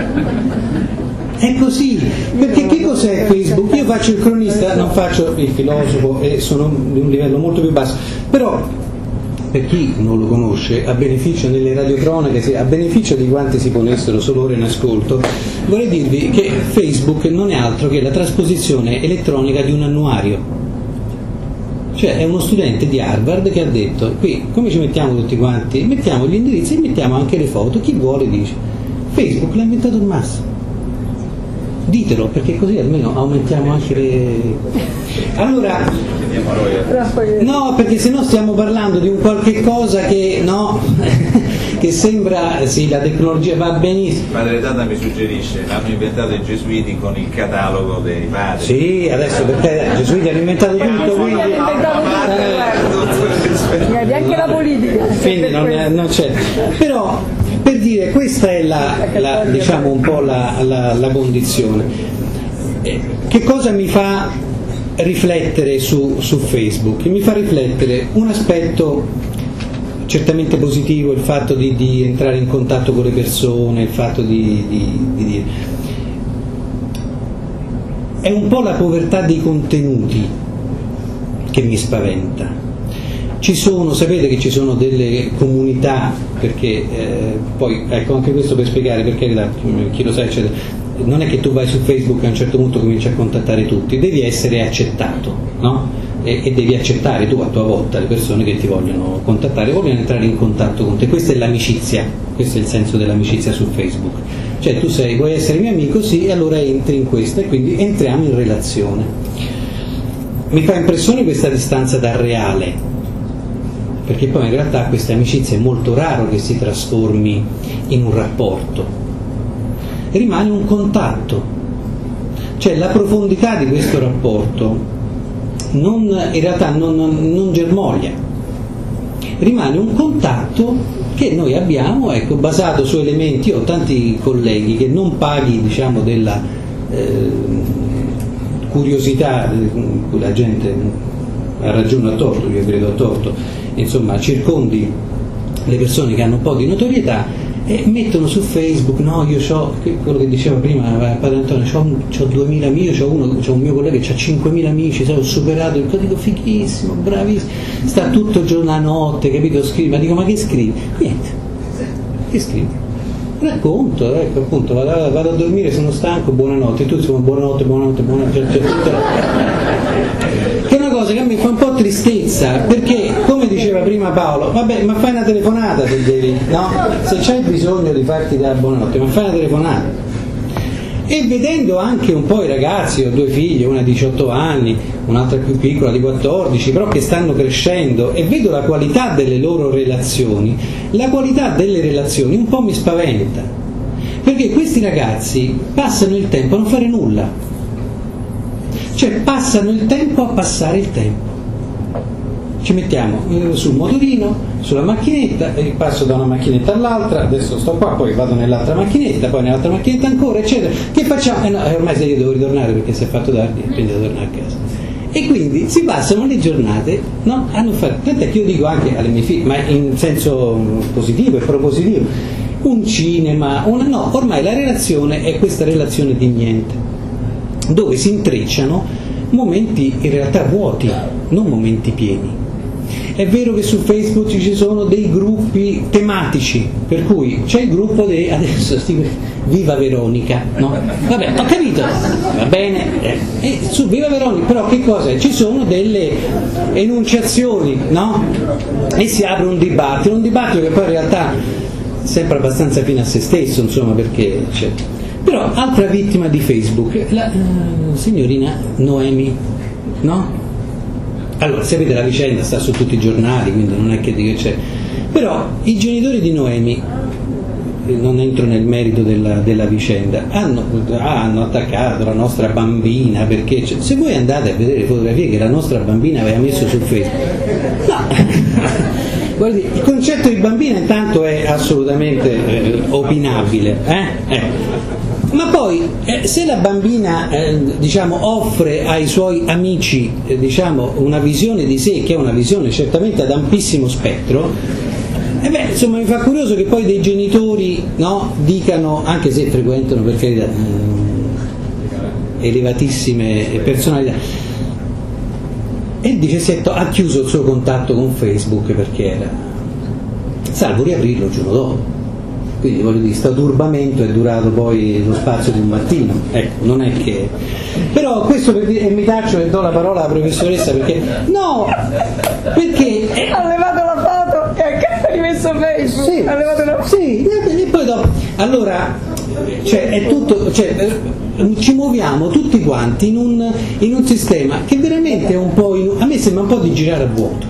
È così, perché che cos'è Facebook? Io faccio il cronista, non faccio il filosofo e sono di un livello molto più basso, però per chi non lo conosce, a beneficio nelle radiocronache, a beneficio di quanti si ponessero solo ora in ascolto, vorrei dirvi che Facebook non è altro che la trasposizione elettronica di un annuario. Cioè è uno studente di Harvard che ha detto, qui come ci mettiamo tutti quanti? Mettiamo gli indirizzi e mettiamo anche le foto, chi vuole dice. Facebook l'ha inventato il Massimo. Ditelo, perché così almeno aumentiamo anche le... Allora, no, perché sennò stiamo parlando di un qualche cosa che, no, che sembra, sì, la tecnologia va benissimo. Padre Tata mi suggerisce, l'hanno inventato i gesuiti con il catalogo dei padri. Sì, adesso perché i gesuiti hanno inventato tutto, quindi... Neanche la politica. Quindi non c'è. Però... Per dire, questa è diciamo un po' la condizione. Che cosa mi fa riflettere su Facebook? Mi fa riflettere un aspetto certamente positivo, il fatto di entrare in contatto con le persone, il fatto di è un po' la povertà dei contenuti che mi spaventa. Sapete che ci sono delle comunità, perché poi ecco anche questo per spiegare perché chi lo sa eccetera, non è che tu vai su Facebook e a un certo punto cominci a contattare tutti, devi essere accettato, no? E devi accettare tu a tua volta le persone che ti vogliono contattare, vogliono entrare in contatto con te. Questa è l'amicizia, questo è il senso dell'amicizia su Facebook, cioè tu vuoi essere mio amico, sì, e allora entri in questa e quindi entriamo in relazione. Mi fa impressione questa distanza dal reale, perché poi in realtà questa amicizia è molto raro che si trasformi in un rapporto, rimane un contatto, cioè la profondità di questo rapporto in realtà non germoglia, rimane un contatto che noi abbiamo, ecco, basato su elementi. Io ho tanti colleghi che non paghi, diciamo, della curiosità, la gente ha ragione a torto, io credo a torto, insomma circondi le persone che hanno un po' di notorietà e mettono su Facebook, no, io ho quello che diceva prima Padre Antonio, ho 2000 amici, c'ho un mio collega che ha 5000 amici, ho superato il codice, fighissimo, bravissimo, sta tutto il giorno a notte, capito, scrive, ma dico, ma che scrivi? Niente, che scrivi? Racconto, ecco, appunto, vado a dormire, sono stanco, buonanotte, e tu insomma buonanotte, che è una cosa che a me fa un po' tristezza, perché come diceva prima Paolo, vabbè, ma fai una telefonata se devi, no? Se c'hai bisogno di farti dare buonanotte, ma fai una telefonata. E vedendo anche un po' i ragazzi, ho 2 figlie, una di 18 anni, un'altra più piccola di 14, però che stanno crescendo, e vedo la qualità delle loro relazioni, la qualità delle relazioni un po' mi spaventa, perché questi ragazzi passano il tempo a non fare nulla, cioè passano il tempo a passare il tempo. Ci mettiamo sul motorino, sulla macchinetta, e passo da una macchinetta all'altra, adesso sto qua, poi vado nell'altra macchinetta, poi nell'altra macchinetta ancora, eccetera. Che facciamo? No, ormai se io devo ritornare perché si è fatto tardi, quindi devo tornare a casa. E quindi si passano le giornate, no, a non fare. Tant'è che io dico anche alle mie figlie, ma in senso positivo e propositivo, un cinema, no, ormai la relazione è questa relazione di niente, dove si intrecciano momenti in realtà vuoti, non momenti pieni. È vero che su Facebook ci sono dei gruppi tematici, per cui c'è il gruppo di adesso Viva Veronica, no? Vabbè, ho capito, va bene, su Viva Veronica, però che cosa è? Ci sono delle enunciazioni, no? E si apre un dibattito che poi in realtà è sempre abbastanza fine a se stesso, insomma, perché c'è. Però altra vittima di Facebook, la signorina Noemi, no? Allora, sapete, la vicenda sta su tutti i giornali, quindi non è che dico c'è. Però i genitori di Noemi, non entro nel merito della vicenda, hanno attaccato la nostra bambina, perché se voi andate a vedere le fotografie che la nostra bambina aveva messo su Facebook, no. Guardi, il concetto di bambina intanto è assolutamente opinabile, ma poi se la bambina offre ai suoi amici una visione di sé che è una visione certamente ad ampissimo spettro, insomma mi fa curioso che poi dei genitori, no, dicano, anche se frequentano per carità elevatissime personalità, e dice ha chiuso il suo contatto con Facebook perché era, salvo riaprirlo il giorno dopo. Quindi voglio dire, sto turbamento è durato poi lo spazio di un mattino, ecco, non è che. Però questo per dire, e mi taccio e do la parola alla professoressa perché ha levato la foto e ha rimesso Facebook, sì, ha levato la foto. Sì, e poi dopo, allora, è tutto, ci muoviamo tutti quanti in un sistema che veramente è un po', a me sembra un po' di girare a vuoto.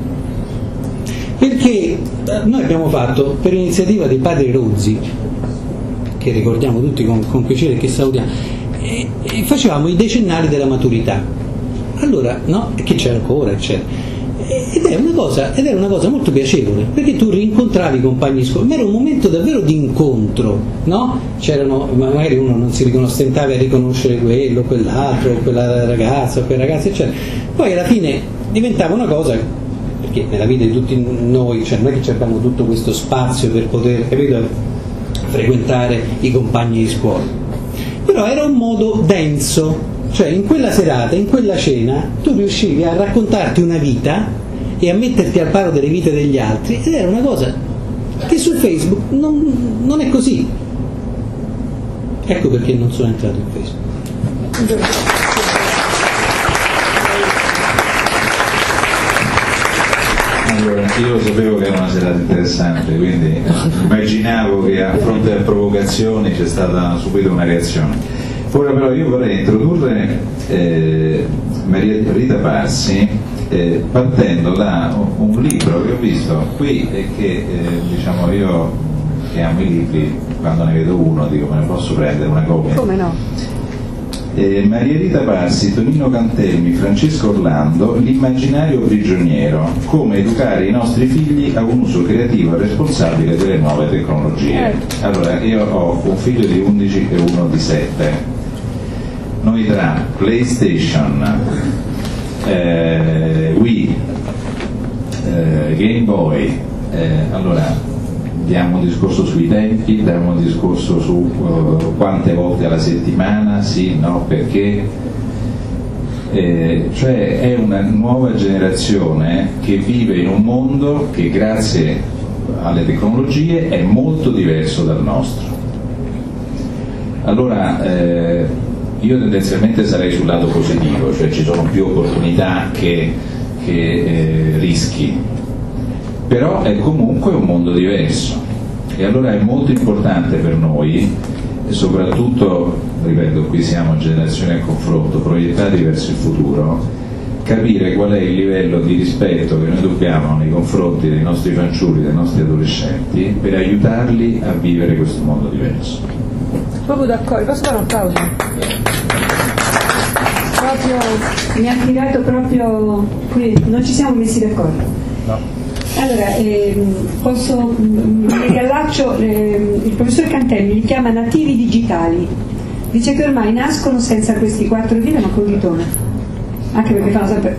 Perché noi abbiamo fatto, per iniziativa di Padre Rozzi, che ricordiamo tutti con piacere e che salutiamo, e facevamo i decennali della maturità. Allora, no? Che c'è ancora, eccetera. Ed era una cosa molto piacevole, perché tu rincontravi i compagni di scuola, ma era un momento davvero di incontro, no? C'erano, magari uno non si ostentava a riconoscere quello, quell'altro, quella ragazza, quel ragazzo, eccetera. Poi alla fine diventava una cosa, perché nella vita di tutti noi, non è che cerchiamo tutto questo spazio per poter, capito, frequentare i compagni di scuola, però era un modo denso, cioè in quella serata, in quella cena tu riuscivi a raccontarti una vita e a metterti al paro delle vite degli altri, ed era una cosa che su Facebook non è così. Ecco perché non sono entrato in Facebook. Allora, io sapevo che era una serata interessante, quindi immaginavo che a fronte a provocazioni c'è stata subito una reazione. Ora però io vorrei introdurre Maria Rita Parsi partendo da un libro che ho visto qui e che io che amo i libri, quando ne vedo uno dico me ne posso prendere una copia. Come no? Maria Rita Parsi, Tonino Cantelmi, Francesco Orlando, L'immaginario prigioniero, come educare i nostri figli a un uso creativo e responsabile delle nuove tecnologie. Allora, io ho un figlio di 11 e uno di 7. Noi tra PlayStation, Wii, Game Boy, allora diamo un discorso sui tempi, diamo un discorso su quante volte alla settimana, sì, no, perché cioè è una nuova generazione che vive in un mondo che grazie alle tecnologie è molto diverso dal nostro. Allora io tendenzialmente sarei sul lato positivo, cioè ci sono più opportunità che rischi, però è comunque un mondo diverso, e allora è molto importante per noi e soprattutto, ripeto, qui siamo generazioni a confronto, proiettati verso il futuro, capire qual è il livello di rispetto che noi dobbiamo nei confronti dei nostri fanciulli, dei nostri adolescenti, per aiutarli a vivere questo mondo diverso. Proprio d'accordo, posso fare un applauso? Proprio, mi ha tirato proprio qui, non ci siamo messi d'accordo. No. Allora, mi riallaccio, il professor Cantelli li chiama nativi digitali, dice che ormai nascono senza questi 4 dita ma con il ditone. Anche perché fanno sempre,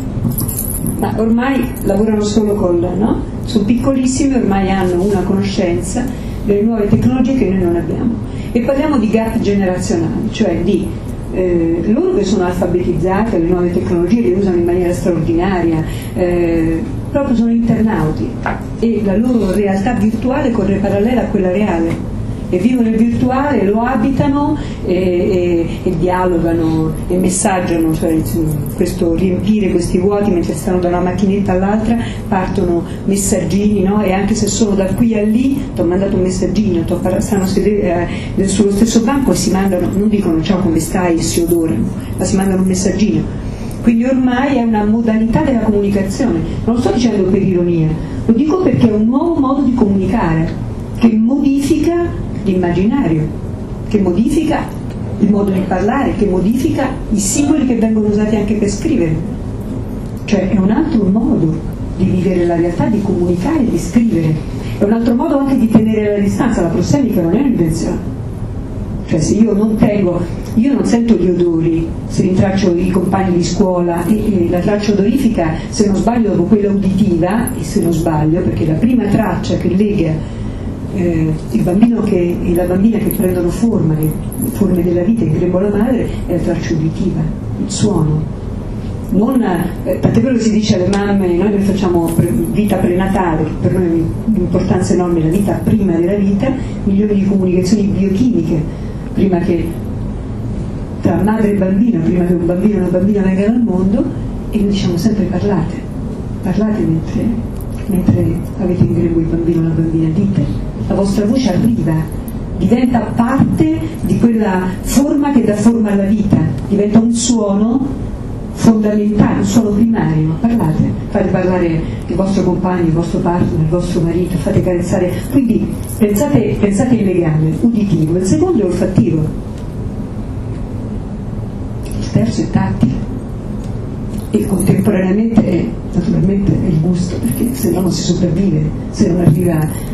ma ormai lavorano solo no? Sono piccolissimi, ormai hanno una conoscenza delle nuove tecnologie che noi non abbiamo. E parliamo di gap generazionale, cioè di loro che sono alfabetizzati alle nuove tecnologie, le usano in maniera straordinaria, proprio sono internauti e la loro realtà virtuale corre parallela a quella reale. E vivono il virtuale, lo abitano e dialogano e messaggiano, cioè questo riempire questi vuoti mentre stanno da una macchinetta all'altra, partono messaggini, no? E anche se sono da qui a lì, ti ho mandato un messaggino, stanno sullo stesso banco e si mandano, non dicono ciao come stai e si odorano, ma si mandano un messaggino. Quindi ormai è una modalità della comunicazione, non lo sto dicendo per ironia, lo dico perché è un nuovo modo di comunicare che modifica l'immaginario, che modifica il modo di parlare, che modifica i simboli che vengono usati anche per scrivere. Cioè è un altro modo di vivere la realtà, di comunicare, di scrivere. È un altro modo anche di tenere la distanza. La prossemica non è un'invenzione. Cioè se io non sento gli odori se rintraccio i compagni di scuola e la traccia odorifica, se non sbaglio, dopo quella uditiva, e se non sbaglio, perché la prima traccia che lega il bambino e la bambina che prendono forme della vita in grembo alla madre è la traccia uditiva, il suono. Tant'è vero che si dice alle mamme, noi che facciamo vita prenatale, per noi è un'importanza enorme, la vita prima della vita, milioni di comunicazioni biochimiche prima che tra madre e bambino, prima che un bambino e una bambina vengano al mondo, e noi diciamo sempre parlate mentre avete in grembo il bambino o la bambina, dite. La vostra voce arriva, diventa parte di quella forma che dà forma alla vita, diventa un suono fondamentale, un suono primario. Parlate, fate parlare il vostro compagno, il vostro partner, il vostro marito, fate carezzare. Quindi pensate il legame uditivo, il secondo è olfattivo, il terzo è tattile e contemporaneamente naturalmente è il gusto, perché se no non si sopravvive, se non arriva.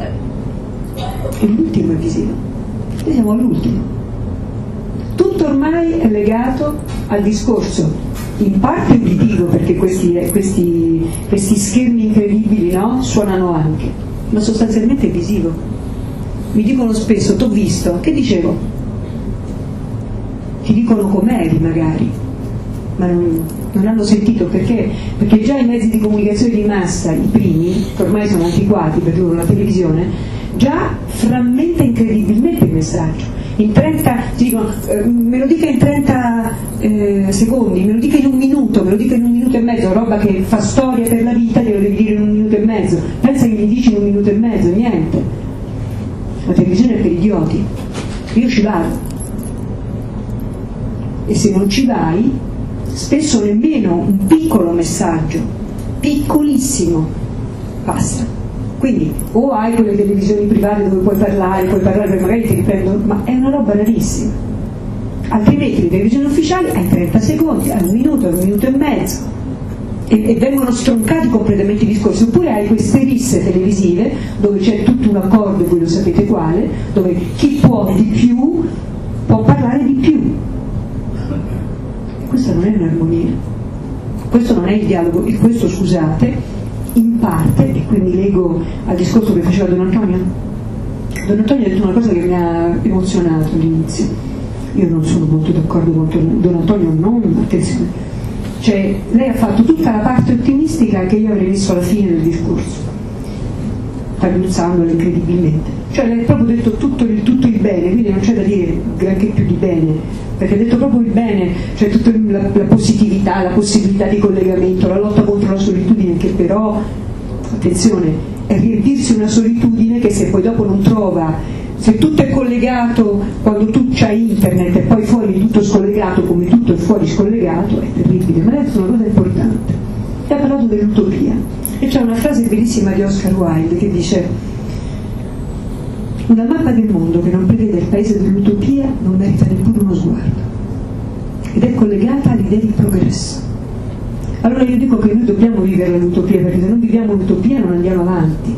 E l'ultimo è visivo. Noi siamo all'ultimo. Tutto ormai è legato al discorso in parte uditivo, perché questi schermi incredibili, no? Suonano anche, ma sostanzialmente è visivo. Mi dicono spesso, t'ho visto, che dicevo? Ti dicono com'eri magari, ma non hanno sentito perché già i mezzi di comunicazione di massa, i primi, che ormai sono antiquati per loro, la televisione, già frammenta incredibilmente il messaggio. In 30, ti dicono, me lo dica in 30 secondi, me lo dica in un minuto, me lo dica in 1 minuto e mezzo, roba che fa storia per la vita, glielo devi dire in 1 minuto e mezzo. Pensa che mi dici in 1 minuto e mezzo, niente. La televisione è per idioti. Io ci vado. E se non ci vai, spesso nemmeno un piccolo messaggio, piccolissimo, passa. Quindi o hai quelle televisioni private dove puoi parlare perché magari ti riprendono, ma è una roba rarissima. Altrimenti le televisioni ufficiali hai 30 secondi, hai 1 minuto, hai 1 minuto e mezzo e vengono stroncati completamente i discorsi. Oppure hai queste risse televisive dove c'è tutto un accordo, voi lo sapete quale, dove chi può di più può parlare di più. Questa non è un'armonia, questo non è il dialogo, e questo, scusate, in parte, e qui mi lego al discorso che faceva Don Antonio. Don Antonio ha detto una cosa che mi ha emozionato all'inizio. Io non sono molto d'accordo con Don Antonio, non attenzione. Cioè, lei ha fatto tutta la parte ottimistica che io avrei messo alla fine del discorso, tagliuzzandola incredibilmente. Cioè, lei ha proprio detto tutto il bene, quindi non c'è da dire granché più di bene, perché ha detto proprio il bene, cioè tutta la positività, la possibilità di collegamento, la lotta contro la solitudine, che però, attenzione, è riempirsi una solitudine che se poi dopo non trova se tutto è collegato, quando tu c'hai internet e poi fuori tutto scollegato, come tutto è fuori scollegato, è terribile. Ma adesso una cosa importante, e ha parlato dell'utopia, e c'è una frase bellissima di Oscar Wilde che dice: una mappa del mondo che non prevede il paese dell'utopia non merita neppure uno sguardo, ed è collegata all'idea di progresso. Allora io dico che noi dobbiamo vivere l'utopia, perché se non viviamo l'utopia non andiamo avanti.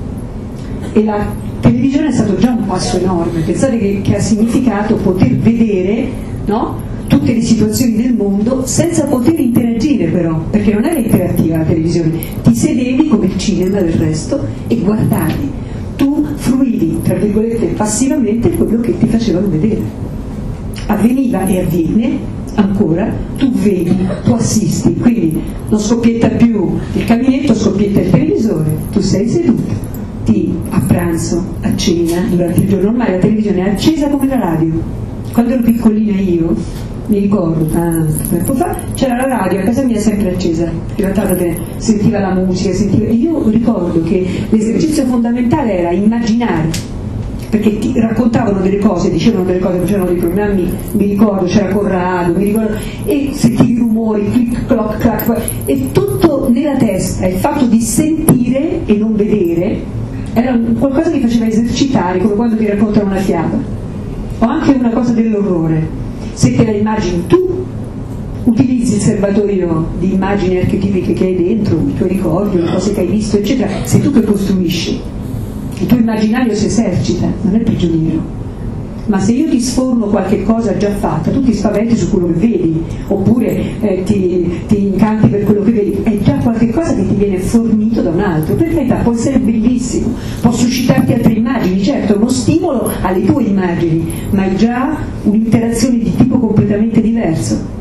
E la televisione è stato già un passo enorme. Pensate che ha significato poter vedere, no, tutte le situazioni del mondo senza poter interagire, però, perché non era interattiva la televisione, ti sedevi come il cinema del resto e guardavi, tu fruivi, tra virgolette, passivamente quello che ti facevano vedere. Avveniva e avviene ancora, tu vedi, tu assisti, quindi non scoppietta più il caminetto, scoppietta il televisore, tu sei seduto. A pranzo, a cena, durante il giorno. Ormai la televisione è accesa come la radio. Quando ero piccolina io, mi ricordo, tanto tempo fa, c'era la radio a casa mia sempre accesa, in realtà sentiva la musica, e io ricordo che l'esercizio fondamentale era immaginare, perché ti raccontavano delle cose, dicevano delle cose, facevano dei programmi, mi ricordo, c'era Corrado, mi ricordo, e sentivi i rumori, clic, cloc, clac, e tutto nella testa. Il fatto di sentire e non vedere era qualcosa che faceva esercitare, come quando ti raccontano una fiaba, o anche una cosa dell'orrore. Se te la immagini tu, utilizzi il serbatoio di immagini archetipiche che hai dentro, i tuoi ricordi, le cose che hai visto, eccetera, sei tu che costruisci, il tuo immaginario si esercita, non è prigioniero. Ma se io ti sforno qualche cosa già fatta, tu ti spaventi su quello che vedi, oppure ti incanti per quello che vedi, è già qualche cosa che ti viene fornito da un altro. Per carità, può essere bellissimo, può suscitarti altre immagini, certo, è uno stimolo alle tue immagini, ma è già un'interazione di tipo completamente diverso.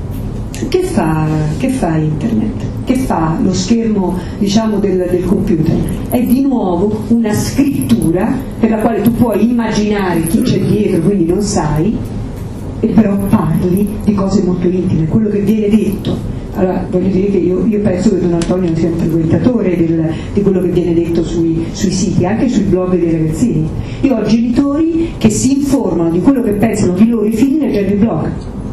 Che fa internet? Che fa lo schermo, diciamo, del computer? È di nuovo una scrittura per la quale tu puoi immaginare chi c'è dietro, quindi non sai, e però parli di cose molto intime, quello che viene detto. Allora voglio dire che io penso che Don Antonio non sia un frequentatore di quello che viene detto sui siti, anche sui blog dei ragazzini. Io ho genitori che si informano di quello che pensano di loro i figli leggendo i blog,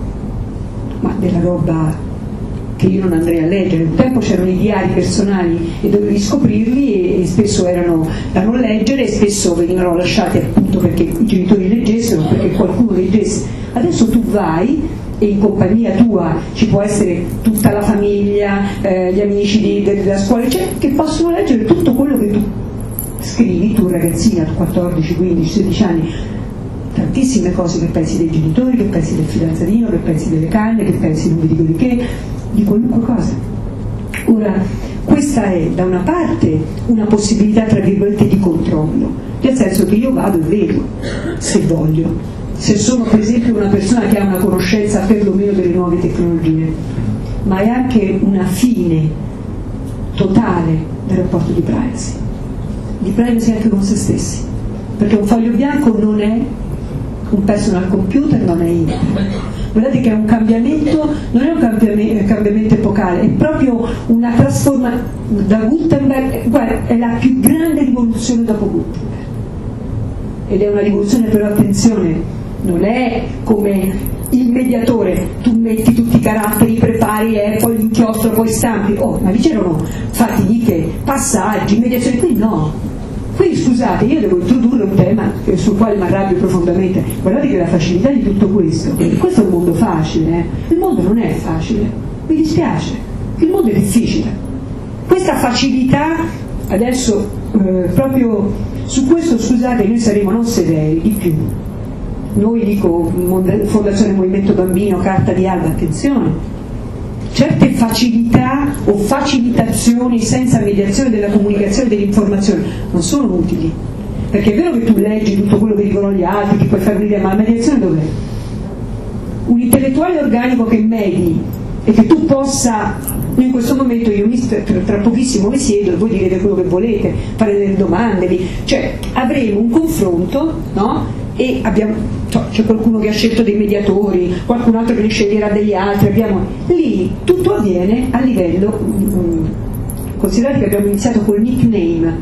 ma della roba che io non andrei a leggere. Un tempo c'erano i diari personali e dovevi scoprirli, e spesso erano da non leggere, e spesso venivano lasciati appunto perché i genitori leggessero, perché qualcuno leggesse. Adesso tu vai e in compagnia tua ci può essere tutta la famiglia, gli amici della scuola, eccetera, che possono leggere tutto quello che tu scrivi, tu ragazzina, 14, 15, 16 anni, tantissime cose che pensi dei genitori, che pensi del fidanzatino, che pensi delle canne, che pensi non vi dico di che, di qualunque cosa. Ora, questa è da una parte una possibilità tra virgolette di controllo, nel senso che io vado e vedo se voglio, se sono per esempio una persona che ha una conoscenza perlomeno delle nuove tecnologie, ma è anche una fine totale del rapporto di privacy anche con se stessi, perché un foglio bianco non è un personal computer, non è internet. Guardate che è un cambiamento, non è un cambiamento epocale, è proprio una trasformazione. Da Gutenberg, guarda, è la più grande rivoluzione dopo Gutenberg, ed è una rivoluzione, però attenzione, non è come il mediatore, tu metti tutti i caratteri, prepari, poi l'inchiostro, poi stampi, ma lì c'erano fatiche, passaggi, mediazioni, qui no. Qui scusate, io devo introdurre un tema sul quale mi arrabbio profondamente. Guardate che la facilità di tutto questo è un mondo facile, il mondo non è facile, mi dispiace, il mondo è difficile. Questa facilità adesso proprio su questo, scusate, noi saremo non severi, di più. Noi, dico, Fondazione Movimento Bambino, Carta di Alba, attenzione, certe facilità o facilitazioni senza mediazione della comunicazione e dell'informazione non sono utili, perché è vero che tu leggi tutto quello che dicono gli altri, ti puoi fare un'idea, ma la mediazione dov'è? Un intellettuale organico che medi e che tu possa, in questo momento io tra pochissimo mi siedo e voi direte quello che volete, fare delle domande, cioè avremo un confronto, no? E c'è qualcuno che ha scelto dei mediatori, qualcun altro che ne sceglierà degli altri, lì tutto avviene a livello, considerate che abbiamo iniziato col nickname,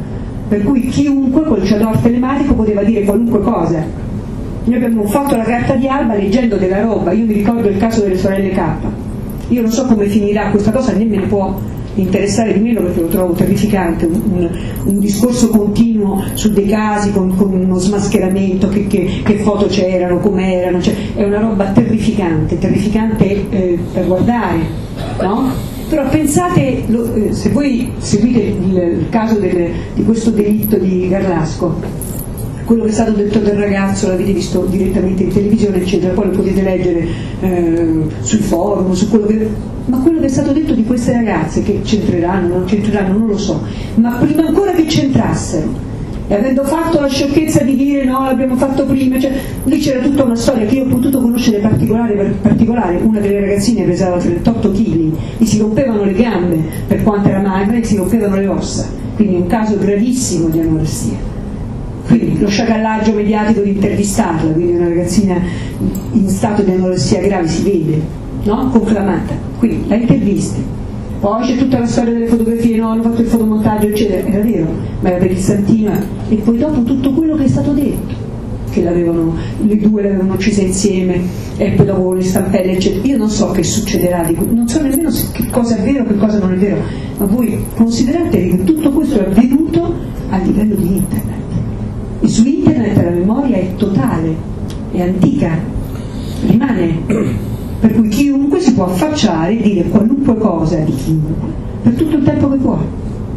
per cui chiunque col cellulare telematico poteva dire qualunque cosa. Noi abbiamo fatto la carta di Alba leggendo della roba. Io mi ricordo il caso delle sorelle K. Io non so come finirà questa cosa, né me ne può interessare di meno perché lo trovo terrificante, un discorso continuo su dei casi con uno smascheramento, che foto c'erano, com'erano, cioè, è una roba terrificante per guardare, no? Però pensate, se voi seguite il caso di questo delitto di Garlasco, quello che è stato detto del ragazzo l'avete visto direttamente in televisione eccetera, poi lo potete leggere sui forum, su quello che... Ma quello che è stato detto di queste ragazze, che c'entreranno, non c'entreranno, non lo so, ma prima ancora che c'entrassero, e avendo fatto la sciocchezza di dire no, l'abbiamo fatto prima, cioè, lì c'era tutta una storia che io ho potuto conoscere particolare. Una delle ragazzine pesava 38 kg, gli si rompevano le gambe per quanto era magra e si rompevano le ossa, quindi un caso gravissimo di anoressia. Quindi lo sciacallaggio mediatico di intervistarla, quindi una ragazzina in stato di anoressia grave si vede, no? Conclamata. Quindi la intervista, poi c'è tutta la storia delle fotografie, no, hanno fatto il fotomontaggio eccetera, era vero, ma era per il santino, e poi dopo tutto quello che è stato detto, che le due l'avevano uccisa insieme e poi dopo le stampelle eccetera. Io non so che succederà, non so nemmeno che cosa è vero e che cosa non è vero, ma voi considerate che tutto questo è avvenuto a livello di internet, e su internet la memoria è totale, è antica, rimane, per cui chiunque si può affacciare e dire qualunque cosa di chiunque per tutto il tempo che vuole.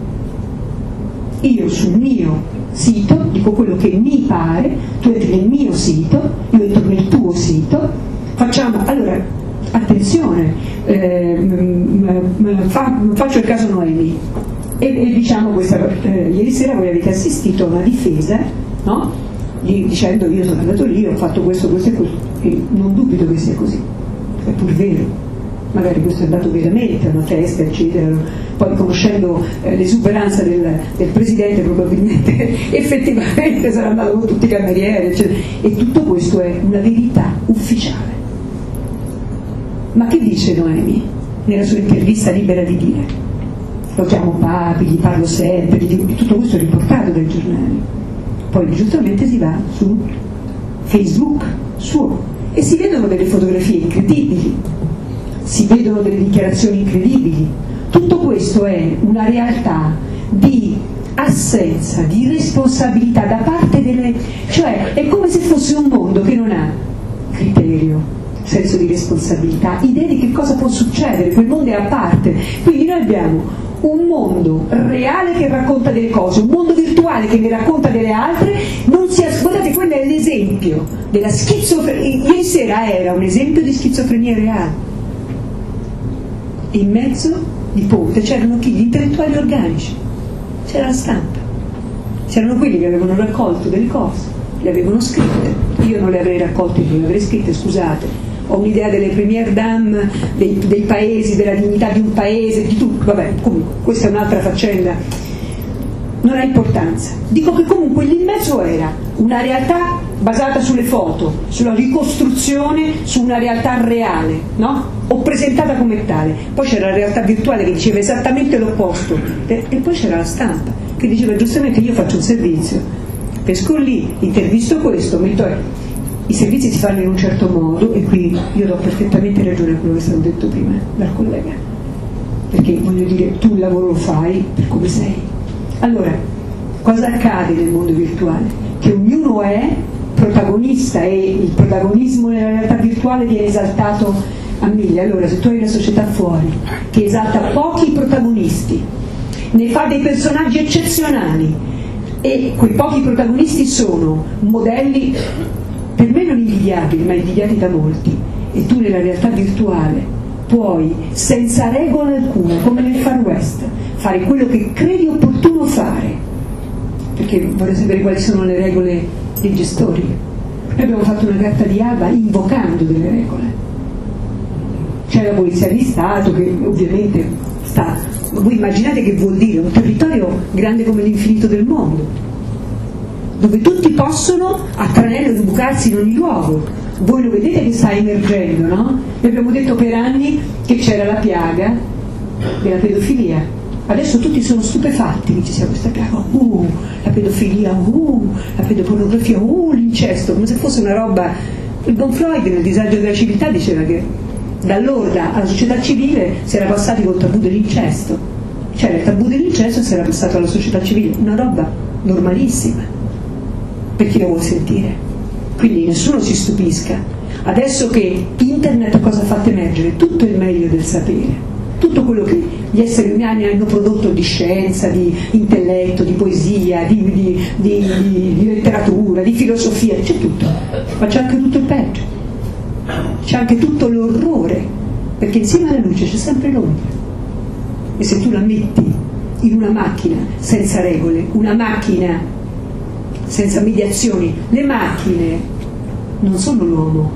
Io sul mio sito dico quello che mi pare, tu entri nel mio sito, io entro nel tuo sito, facciamo, allora attenzione, faccio il caso Noemi e diciamo questa, ieri sera voi avete assistito a una difesa, no? Dicendo io sono andato lì, ho fatto questo e questo, e non dubito che sia così, è pur vero, magari questo è andato veramente a una festa eccetera, poi conoscendo l'esuberanza del presidente probabilmente effettivamente sarà andato con tutti i camerieri eccetera, e tutto questo è una verità ufficiale. Ma che dice Noemi nella sua intervista libera di dire? Lo chiamo papi, gli parlo sempre, tutto questo è riportato dai giornali, poi giustamente si va su Facebook suo e si vedono delle fotografie incredibili, si vedono delle dichiarazioni incredibili. Tutto questo è una realtà di assenza di responsabilità da parte delle, cioè è come se fosse un mondo che non ha criterio, senso di responsabilità, idea di che cosa può succedere, quel mondo è a parte. Quindi noi abbiamo un mondo reale che racconta delle cose, un mondo virtuale che ne racconta delle altre. Guardate, quello è l'esempio della schizofrenia. Ieri sera era un esempio di schizofrenia reale. In mezzo di ponte c'erano chi? Gli intellettuali organici, c'era la stampa, c'erano quelli che avevano raccolto delle cose, le avevano scritte. Io non le avrei raccolte, io le avrei scritte, scusate. Ho un'idea delle première dame dei paesi, della dignità di un paese, di tutto, vabbè, comunque questa è un'altra faccenda, non ha importanza. Dico che comunque lì in mezzo era una realtà basata sulle foto, sulla ricostruzione, su una realtà reale, no? O presentata come tale. Poi c'era la realtà virtuale che diceva esattamente l'opposto, e poi c'era la stampa che diceva giustamente io faccio un servizio, pesco lì, intervisto questo, metto... I servizi si fanno in un certo modo, e qui io do perfettamente ragione a quello che è stato detto prima dal collega, perché voglio dire, tu il lavoro lo fai per come sei. Allora, cosa accade nel mondo virtuale? Che ognuno è protagonista e il protagonismo nella realtà virtuale viene esaltato a mille. Allora, se tu hai una società fuori che esalta pochi protagonisti, ne fa dei personaggi eccezionali, e quei pochi protagonisti sono modelli per me non invidiabili, ma invidiati da molti, e tu nella realtà virtuale puoi, senza regola alcuna, come nel Far West, fare quello che credi opportuno fare, perché vorrei sapere quali sono le regole dei gestori. Noi abbiamo fatto una carta di Alba invocando delle regole. C'è la Polizia di Stato che ovviamente sta... Voi immaginate che vuol dire un territorio grande come l'infinito del mondo, dove tutti possono a tranello sbucarsi in ogni luogo. Voi lo vedete che sta emergendo, no? Noi abbiamo detto per anni che c'era la piaga della pedofilia. Adesso tutti sono stupefatti che ci sia questa piaga, la pedofilia, la pedopornografia, l'incesto, come se fosse una roba. Il buon Freud nel Disagio della civiltà diceva che dall'orda alla società civile si era passati col tabù dell'incesto, c'era il tabù dell'incesto e si era passato alla società civile, una roba normalissima per chi lo vuol sentire. Quindi nessuno si stupisca adesso che internet cosa ha fatto emergere? Tutto il meglio del sapere, tutto quello che gli esseri umani hanno prodotto di scienza, di intelletto, di poesia, di letteratura, di filosofia, c'è tutto, ma c'è anche tutto il peggio, c'è anche tutto l'orrore, perché insieme alla luce c'è sempre l'ombra, e se tu la metti in una macchina senza regole, una macchina senza mediazioni, le macchine non sono l'uomo,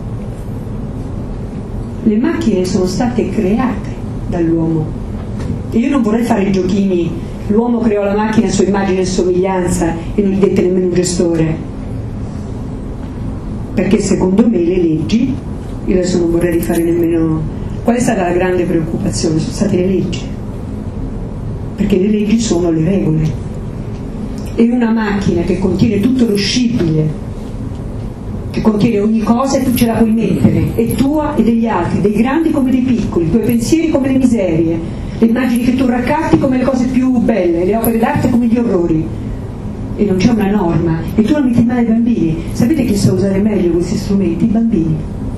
le macchine sono state create dall'uomo. E io non vorrei fare i giochini, l'uomo creò la macchina a sua immagine e somiglianza e non gli dette nemmeno un gestore, perché secondo me le leggi, io adesso non vorrei rifare nemmeno, qual è stata la grande preoccupazione? Sono state le leggi, perché le leggi sono le regole, e una macchina che contiene tutto lo scibile, che contiene ogni cosa, e tu ce la puoi mettere, è tua e degli altri, dei grandi come dei piccoli, i tuoi pensieri come le miserie, le immagini che tu raccatti come le cose più belle, le opere d'arte come gli orrori, e non c'è una norma, e tu la metti in mano ai bambini. Sapete chi sa usare meglio questi strumenti? I bambini.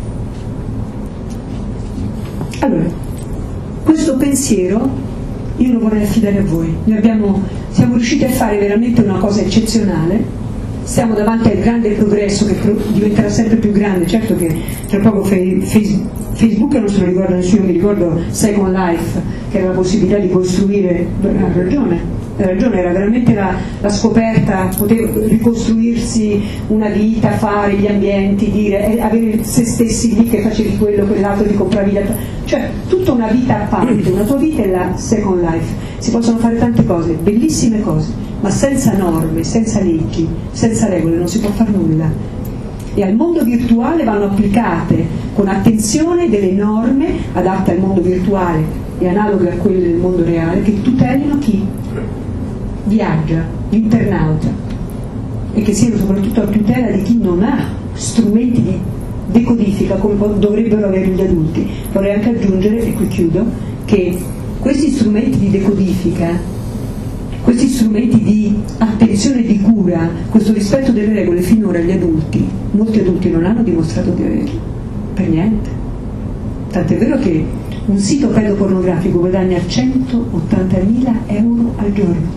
Allora, questo pensiero io lo vorrei affidare a voi. Siamo riusciti a fare veramente una cosa eccezionale. Siamo davanti al grande progresso che diventerà sempre più grande. Certo che tra poco Facebook non se lo ricorda nessuno, mi ricordo Second Life, che era la possibilità di costruire, ha ragione, era veramente la scoperta, poter ricostruirsi una vita, fare gli ambienti, avere se stessi lì che facevi quello, quell'altro, ti compravi cioè tutta una vita a parte, una tua vita è la Second Life. Si possono fare tante cose, bellissime cose, ma senza norme, senza leggi, senza regole non si può fare nulla. E al mondo virtuale vanno applicate con attenzione delle norme adatte al mondo virtuale e analoghe a quelle del mondo reale, che tutelino chi viaggia, l'internauta, e che siano soprattutto a tutela di chi non ha strumenti di decodifica come dovrebbero avere gli adulti. Vorrei anche aggiungere, e qui chiudo, che questi strumenti di decodifica, questi strumenti di attenzione e di cura, questo rispetto delle regole, finora gli adulti, molti adulti non hanno dimostrato di averlo, per niente. Tant'è vero che un sito pedopornografico guadagna 180.000 euro al giorno,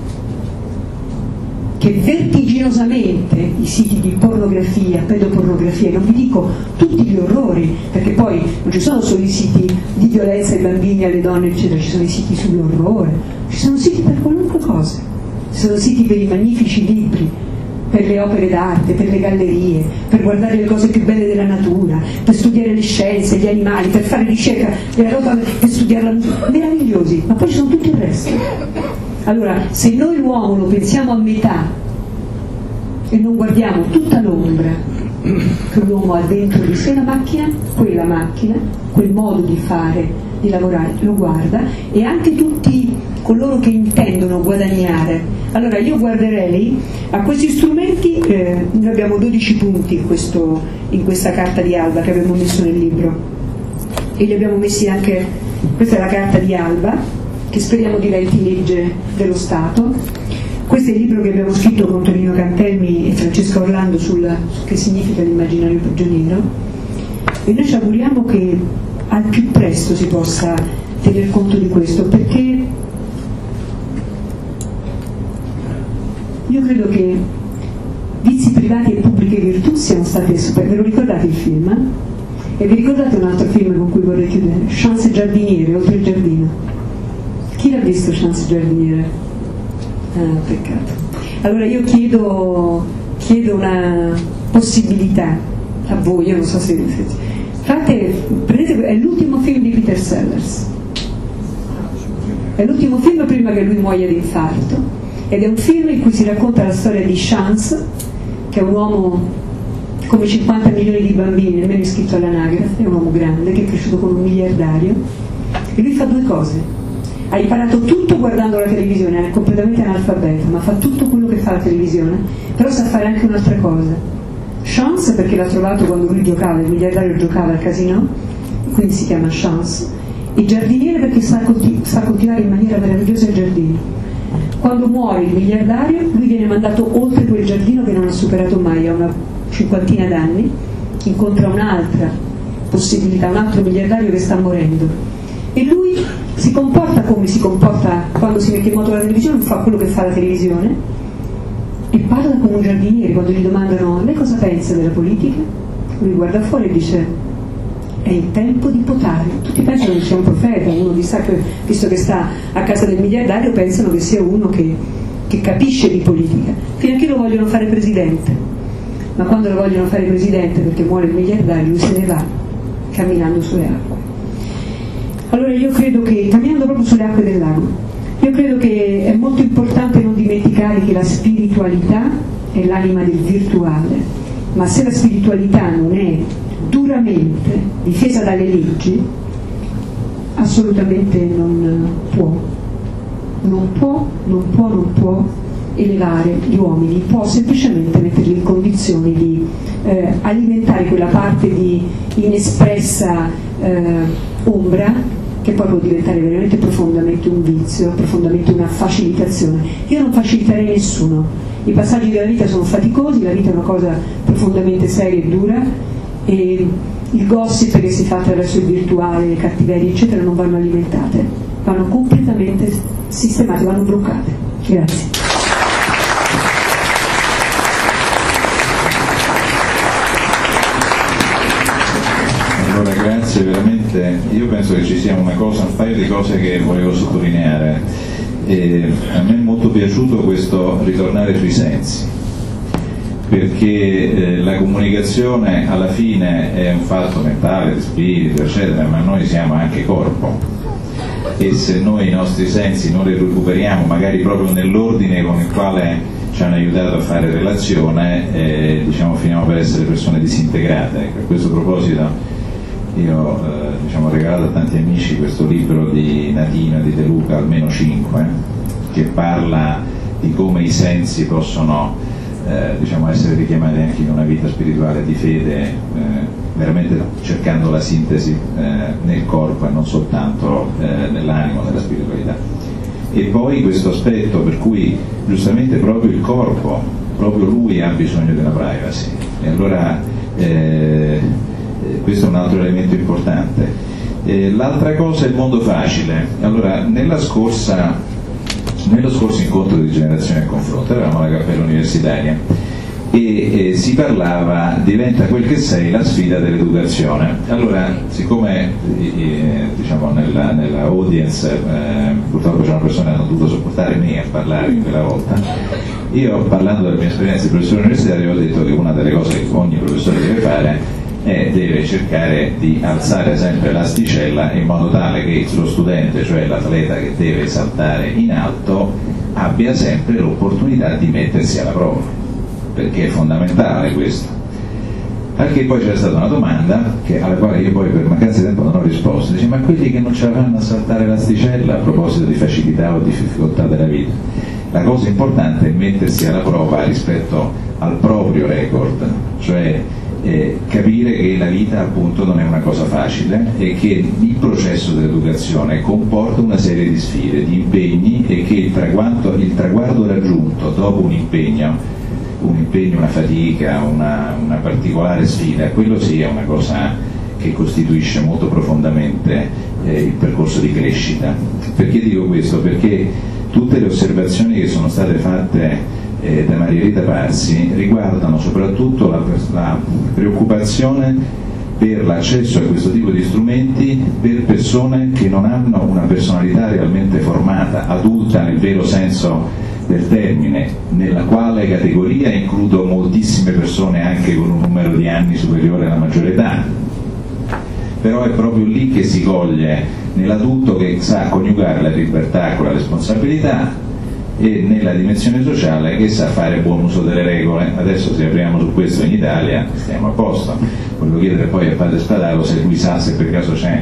che vertiginosamente i siti di pornografia, pedopornografia, non vi dico tutti gli orrori, perché poi non ci sono solo i siti di violenza ai bambini, alle donne, eccetera, ci sono i siti sull'orrore, ci sono siti per qualunque cosa, ci sono siti per i magnifici libri, per le opere d'arte, per le gallerie, per guardare le cose più belle della natura, per studiare le scienze, gli animali, per fare ricerca della roba, per studiare la musica, meravigliosi, ma poi ci sono tutto il resto. Allora, se noi l'uomo lo pensiamo a metà e non guardiamo tutta l'ombra che l'uomo ha dentro di sé, una macchina, quella macchina, quel modo di fare, di lavorare, lo guarda, e anche tutti coloro che intendono guadagnare. Allora io guarderei a questi strumenti, noi abbiamo 12 punti in questa carta di Alba che abbiamo messo nel libro, e li abbiamo messi anche, questa è la carta di Alba, che speriamo diventi legge dello Stato. Questo è il libro che abbiamo scritto con Tonino Cantelmi e Francesca Orlando su che significa l'immaginario prigioniero, e noi ci auguriamo che al più presto si possa tener conto di questo, perché io credo che vizi privati e pubbliche virtù siano state super. Ve lo ricordate il film? E vi ricordate un altro film con cui vorrei chiudere? Chance giardiniere, oltre il giardino. Chi l'ha visto Chance giardiniere? Ah, peccato. Allora io chiedo una possibilità a voi, io non so se prendete, è l'ultimo film di Peter Sellers, è l'ultimo film prima che lui muoia di infarto, ed è un film in cui si racconta la storia di Chance, che è un uomo come 50 milioni di bambini, nemmeno iscritto all'anagrafe, è un uomo grande che è cresciuto con un miliardario, e lui fa due cose. ha imparato tutto guardando la televisione, è completamente analfabeta, ma fa tutto quello che fa la televisione, però sa fare anche un'altra cosa. Chance perché l'ha trovato quando lui giocava, il miliardario giocava al casino, quindi si chiama Chance, e giardiniere perché sa coltivare in maniera meravigliosa il giardino. Quando muore il miliardario, lui viene mandato oltre quel giardino che non ha superato mai, a una 50 d'anni, incontra un'altra possibilità, un altro miliardario che sta morendo, e lui si comporta come si comporta quando si mette in moto la televisione, fa quello che fa la televisione e parla come un giardiniere. Quando gli domandano lei cosa pensa della politica, lui guarda fuori e dice è il tempo di potare. Tutti pensano che sia un profeta, uno visto che sta a casa del miliardario pensano che sia uno che capisce di politica, fino a che lo vogliono fare presidente, ma quando lo vogliono fare presidente perché muore il miliardario, lui se ne va camminando sulle acque. Allora io credo che, camminando proprio sulle acque del lago, io credo che è molto importante non dimenticare che la spiritualità è l'anima del virtuale, ma se la spiritualità non è duramente difesa dalle leggi, assolutamente non può elevare gli uomini, può semplicemente metterli in condizioni di alimentare quella parte di inespressa ombra che poi può diventare veramente profondamente un vizio, profondamente una facilitazione. Io non faciliterei nessuno, i passaggi della vita sono faticosi, la vita è una cosa profondamente seria e dura, e il gossip che si fa attraverso il virtuale, le cattiverie eccetera non vanno alimentate, vanno completamente sistemate, vanno bloccate. Grazie. Allora, grazie veramente. Io penso che ci sia un paio di cose che volevo sottolineare. A me è molto piaciuto questo ritornare sui sensi, perché la comunicazione alla fine è un fatto mentale, di spirito, eccetera, ma noi siamo anche corpo, e se noi i nostri sensi non li recuperiamo magari proprio nell'ordine con il quale ci hanno aiutato a fare relazione, finiamo per essere persone disintegrate. A questo proposito io ho regalato a tanti amici questo libro di Natino e di De Luca, almeno 5, che parla di come i sensi possono essere richiamati anche in una vita spirituale di fede, veramente cercando la sintesi nel corpo e non soltanto nell'animo, nella spiritualità. E poi questo aspetto per cui giustamente proprio il corpo, proprio lui ha bisogno della privacy, e allora questo è un altro elemento importante. L'altra cosa è il mondo facile. Allora, nello scorso incontro di Generazione e Confronto, eravamo alla Cappella Universitaria e si parlava diventa quel che sei, la sfida dell'educazione. Allora, siccome nella audience purtroppo c'erano persone che hanno dovuto sopportare me a parlare quella volta, io, parlando della mia esperienza di professore universitario, ho detto che una delle cose che ogni professore deve fare deve cercare di alzare sempre l'asticella in modo tale che lo studente, cioè l'atleta che deve saltare in alto, abbia sempre l'opportunità di mettersi alla prova, perché è fondamentale questo. Anche poi c'era stata una domanda alla quale io poi per mancanza di tempo non ho risposto. Dice, ma quelli che non ce la fanno a saltare l'asticella, a proposito di facilità o di difficoltà della vita, la cosa importante è mettersi alla prova rispetto al proprio record, cioè capire che la vita appunto non è una cosa facile e che il processo dell'educazione comporta una serie di sfide, di impegni, e che il traguardo raggiunto dopo un impegno, una fatica, una particolare sfida, quello sì è una cosa che costituisce molto profondamente il percorso di crescita. Perché dico questo? Perché tutte le osservazioni che sono state fatte da Maria Rita Parsi riguardano soprattutto la preoccupazione per l'accesso a questo tipo di strumenti per persone che non hanno una personalità realmente formata, adulta nel vero senso del termine, nella quale categoria includo moltissime persone anche con un numero di anni superiore alla maggiore età. Però è proprio lì che si coglie nell'adulto che sa coniugare la libertà con la responsabilità, e nella dimensione sociale che sa fare buon uso delle regole. Adesso se apriamo su questo in Italia stiamo a posto. Volevo chiedere poi a padre Spadaro se lui sa se per caso c'è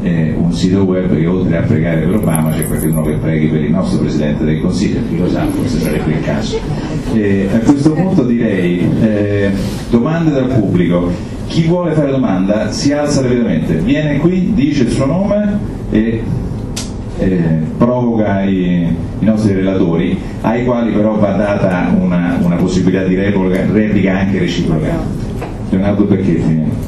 un sito web che oltre a pregare per Obama c'è qualcuno che preghi per il nostro Presidente del Consiglio, chi lo sa, forse sarebbe il caso. A questo punto direi domande dal pubblico. Chi vuole fare domanda si alza rapidamente, viene qui, dice il suo nome e provoca i nostri relatori, ai quali però va data una possibilità di replica anche reciproca. Leonardo Becchetti.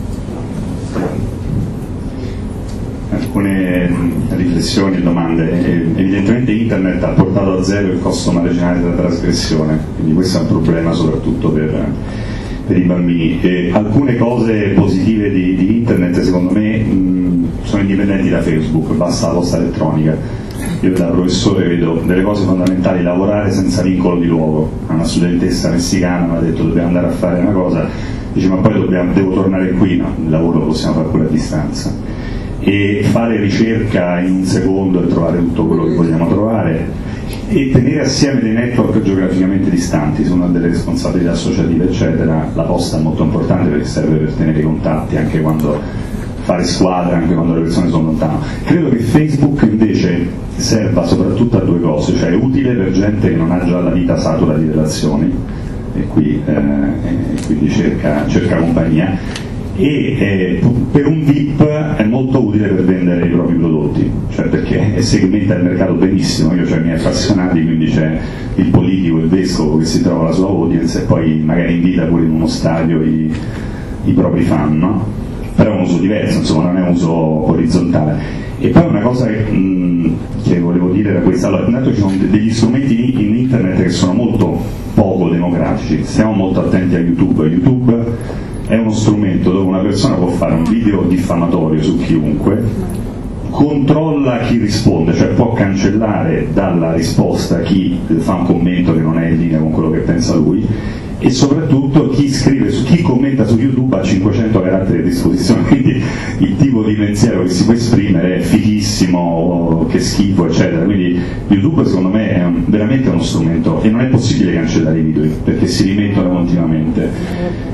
Alcune riflessioni e domande. Evidentemente internet ha portato a zero il costo marginale della trasgressione, quindi questo è un problema soprattutto per i bambini. Alcune cose positive di internet secondo me sono indipendenti da Facebook, basta la posta elettronica. Io da professore vedo delle cose fondamentali: lavorare senza vincolo di luogo. Una studentessa messicana mi ha detto dobbiamo andare a fare una cosa, dice ma poi devo tornare qui, no, il lavoro lo possiamo fare pure a distanza, e fare ricerca in un secondo e trovare tutto quello che vogliamo trovare, e tenere assieme dei network geograficamente distanti. Su una delle responsabilità associative eccetera, la posta è molto importante perché serve per tenere i contatti anche quando fare squadra, anche quando le persone sono lontane. Credo che Facebook invece serva soprattutto a due cose, cioè è utile per gente che non ha già la vita satura di relazioni e quindi cerca compagnia, e per un VIP è molto utile per vendere i propri prodotti, cioè perché segmenta il mercato benissimo. Io ho i miei appassionati, quindi c'è il politico, il vescovo che si trova la sua audience e poi magari invita pure in uno stadio i propri fan, no? Però è un uso diverso, insomma, non è un uso orizzontale. E poi una cosa che volevo dire era questa: allora, intanto ci sono degli strumenti in internet che sono molto poco democratici. Stiamo molto attenti a YouTube. YouTube è uno strumento dove una persona può fare un video diffamatorio su chiunque, controlla chi risponde, cioè può cancellare dalla risposta chi fa un commento che non è in linea con quello che pensa lui, e soprattutto chi commenta su YouTube ha 500 caratteri a disposizione, quindi il tipo di pensiero che si può esprimere è fighissimo, che schifo eccetera. Quindi YouTube secondo me è veramente uno strumento, e non è possibile cancellare i video perché si rimettono continuamente.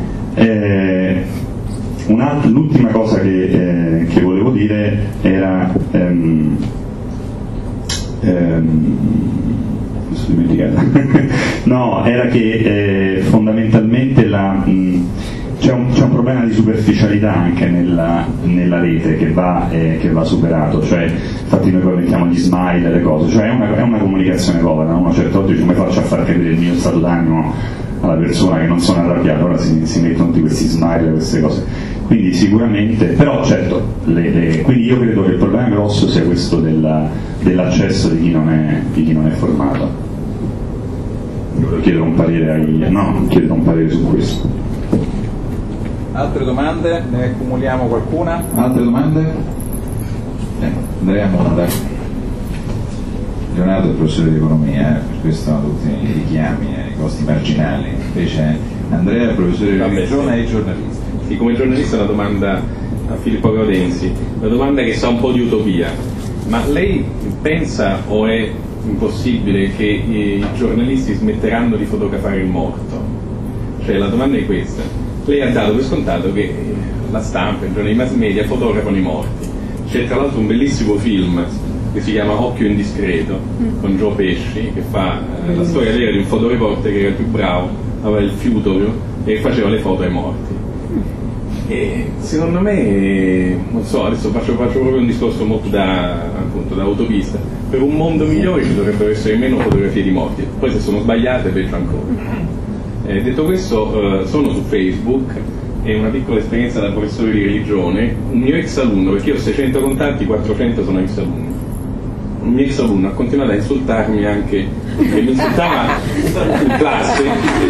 L'ultima cosa che volevo dire era no, era che fondamentalmente c'è un problema di superficialità anche nella rete che va superato, cioè infatti noi poi mettiamo gli smile e le cose, cioè è una comunicazione povera, no? Una certa volta dice come faccio a far capire il mio stato d'animo alla persona che non sono arrabbiato, allora si mettono tutti questi smile e queste cose, quindi sicuramente, però certo quindi io credo che il problema grosso sia questo dell'accesso di chi non è formato. Chiedo un parere su questo. Altre domande? Ne accumuliamo qualcuna? Altre domande? Andrea Monda. Leonardo è il professore di economia, per questo sono tutti i richiami ai costi marginali. Invece Andrea è il professore di religione e giornalista. Sì, come giornalista una domanda a Filippo Gaudenzi, una domanda che sa un po' di utopia, ma lei pensa o è impossibile che i giornalisti smetteranno di fotografare il morto? Cioè la domanda è questa: lei ha dato per scontato che la stampa, i mass media fotografano i morti. C'è tra l'altro un bellissimo film che si chiama Occhio Indiscreto con Joe Pesci, che fa la storia vera di un fotoreporter che era il più bravo, aveva il fiuto e faceva le foto ai morti. E secondo me, non so, adesso faccio proprio un discorso molto da utopista, per un mondo migliore ci dovrebbero essere meno fotografie di morti, poi se sono sbagliate peggio ancora. Detto questo, sono su Facebook, è una piccola esperienza da professore di religione. Un mio ex alunno, perché io ho 600 contatti, 400 sono ex alunni, un mio ex alunno ha continuato a insultarmi anche, che mi insultava in classe,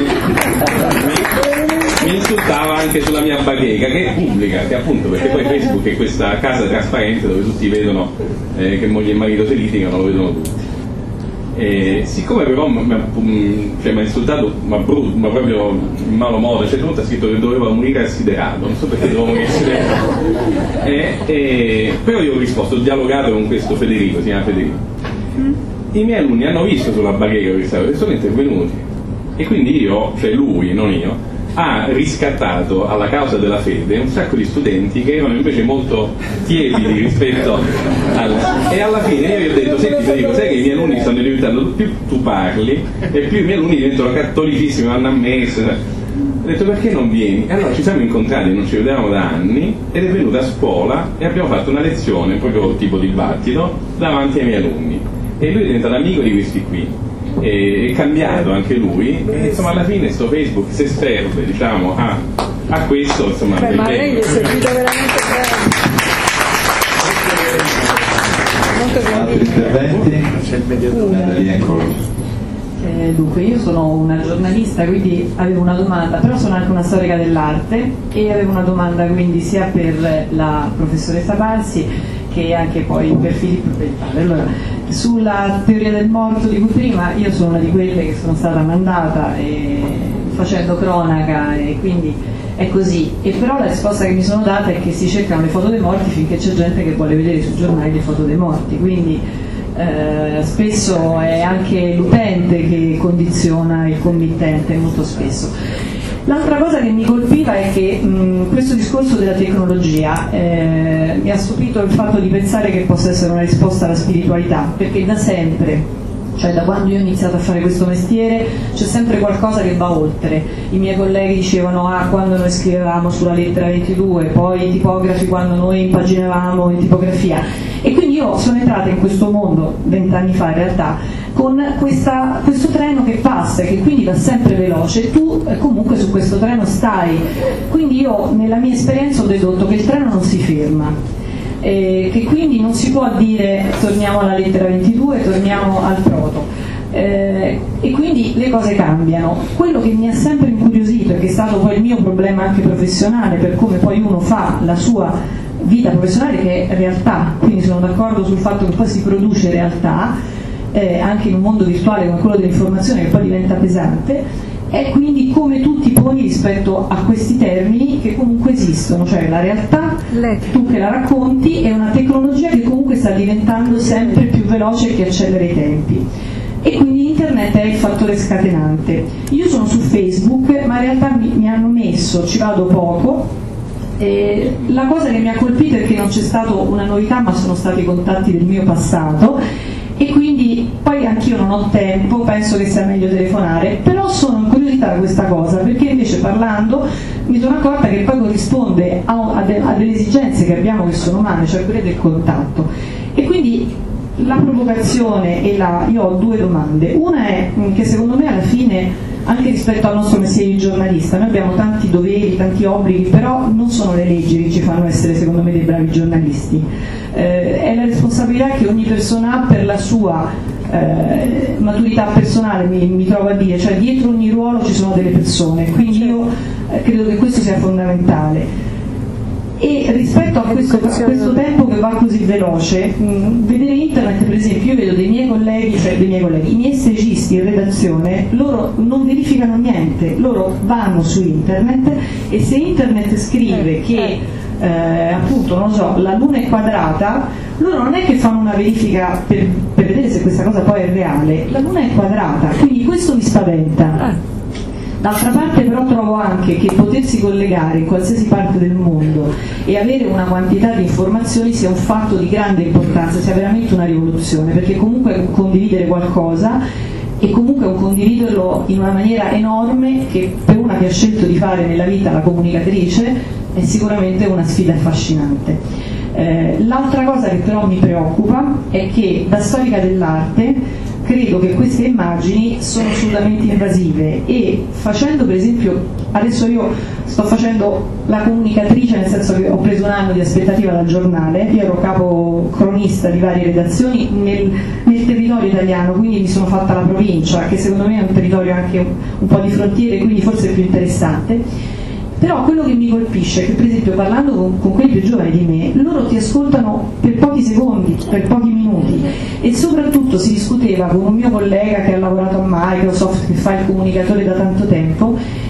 mi insultava anche sulla mia bacheca, che è pubblica, che appunto, perché poi Facebook è questa casa trasparente dove tutti vedono che moglie e marito si litigano, lo vedono tutti. Siccome però mi ha insultato ma proprio in malo modo, c'è tutto scritto che doveva morire assiderato, non so perché dovevo morire assiderato, però io ho risposto, ho dialogato con questo Federico, si chiama Federico. I miei alunni hanno visto sulla bacheca e sono intervenuti, e quindi io, cioè lui, non io, ha riscattato alla causa della fede un sacco di studenti che erano invece molto tiepidi rispetto e alla fine io gli ho detto: senti Federico, sai che i miei alunni stanno diventando, più tu parli e più i miei alunni diventano cattolicissimi, vanno a messa. Ho detto: perché non vieni? E allora ci siamo incontrati, non ci vedevamo da anni, ed è venuto a scuola e abbiamo fatto una lezione, proprio tipo dibattito, davanti ai miei alunni, e lui è diventato amico di questi qui. È cambiato anche lui, e insomma alla fine sto Facebook, se serve, diciamo, a questo, insomma. Beh, ma lei è servito veramente bene. Altri interventi? Dunque, io sono una giornalista, quindi avevo una domanda, però sono anche una storica dell'arte, e avevo una domanda quindi sia per la professoressa Balsi che anche poi per Filippo Beltale. Allora, sulla teoria del morto di cui prima, io sono una di quelle che sono stata mandata facendo cronaca, e quindi è così, e però la risposta che mi sono data è che si cercano le foto dei morti finché c'è gente che vuole vedere sui giornali le foto dei morti, quindi spesso è anche l'utente che condiziona il committente, molto spesso. L'altra cosa che mi colpiva è che questo discorso della tecnologia mi ha stupito il fatto di pensare che possa essere una risposta alla spiritualità, perché da sempre, cioè da quando io ho iniziato a fare questo mestiere, c'è sempre qualcosa che va oltre. I miei colleghi dicevano: quando noi scrivevamo sulla lettera 22, poi i tipografi quando noi impaginavamo in tipografia, e quindi io sono entrata in questo mondo 20 anni fa in realtà con questo treno che passa, che quindi va sempre veloce, tu comunque su questo treno stai, quindi io nella mia esperienza ho dedotto che il treno non si ferma, che quindi non si può dire torniamo alla lettera 22, torniamo al proto, e quindi le cose cambiano. Quello che mi ha sempre incuriosito, e che è stato poi il mio problema anche professionale, per come poi uno fa la sua vita professionale, che è realtà, quindi sono d'accordo sul fatto che poi si produce realtà, anche in un mondo virtuale come quello dell'informazione, che poi diventa pesante, è quindi come tu ti poni rispetto a questi termini che comunque esistono, cioè la realtà, tu che la racconti, è una tecnologia che comunque sta diventando sempre più veloce e che accelera i tempi, e quindi internet è il fattore scatenante. Io sono su Facebook, ma in realtà mi hanno messo, ci vado poco, la cosa che mi ha colpito è che non c'è stata una novità, ma sono stati i contatti del mio passato, e quindi poi anch'io non ho tempo, penso che sia meglio telefonare, però sono incuriosita da questa cosa, perché invece parlando mi sono accorta che poi corrisponde a delle esigenze che abbiamo, che sono umane, cioè quelle del contatto. E quindi la provocazione io ho due domande. Una è che secondo me alla fine, anche rispetto al nostro mestiere di giornalista, noi abbiamo tanti doveri, tanti obblighi, però non sono le leggi che ci fanno essere, secondo me, dei bravi giornalisti. È la responsabilità che ogni persona ha per la sua maturità personale, mi trovo a dire, cioè dietro ogni ruolo ci sono delle persone, quindi io credo che questo sia fondamentale. E rispetto a questo tempo che va così veloce, vedere internet, per esempio, io vedo dei miei colleghi, i miei stagisti in redazione, loro non verificano niente, loro vanno su internet, e se internet scrive che appunto, non so, la luna è quadrata, loro non è che fanno una verifica per vedere se questa cosa poi è reale, la luna è quadrata, quindi questo mi spaventa. D'altra parte però trovo anche che potersi collegare in qualsiasi parte del mondo e avere una quantità di informazioni sia un fatto di grande importanza, sia veramente una rivoluzione, perché comunque è un condividere qualcosa, e comunque un condividerlo in una maniera enorme, che per una che ha scelto di fare nella vita la comunicatrice è sicuramente una sfida affascinante. L'altra cosa che però mi preoccupa è che da storica dell'arte credo che queste immagini sono assolutamente invasive, e facendo, per esempio, adesso io sto facendo la comunicatrice, nel senso che ho preso un anno di aspettativa dal giornale, io ero capo cronista di varie redazioni nel territorio italiano, quindi mi sono fatta la provincia, che secondo me è un territorio anche un po' di frontiere, quindi forse è più interessante. Però quello che mi colpisce è che, per esempio, parlando con quelli più giovani di me, loro ti ascoltano per pochi secondi, per pochi minuti, e soprattutto si discuteva con un mio collega che ha lavorato a Microsoft, che fa il comunicatore da tanto tempo,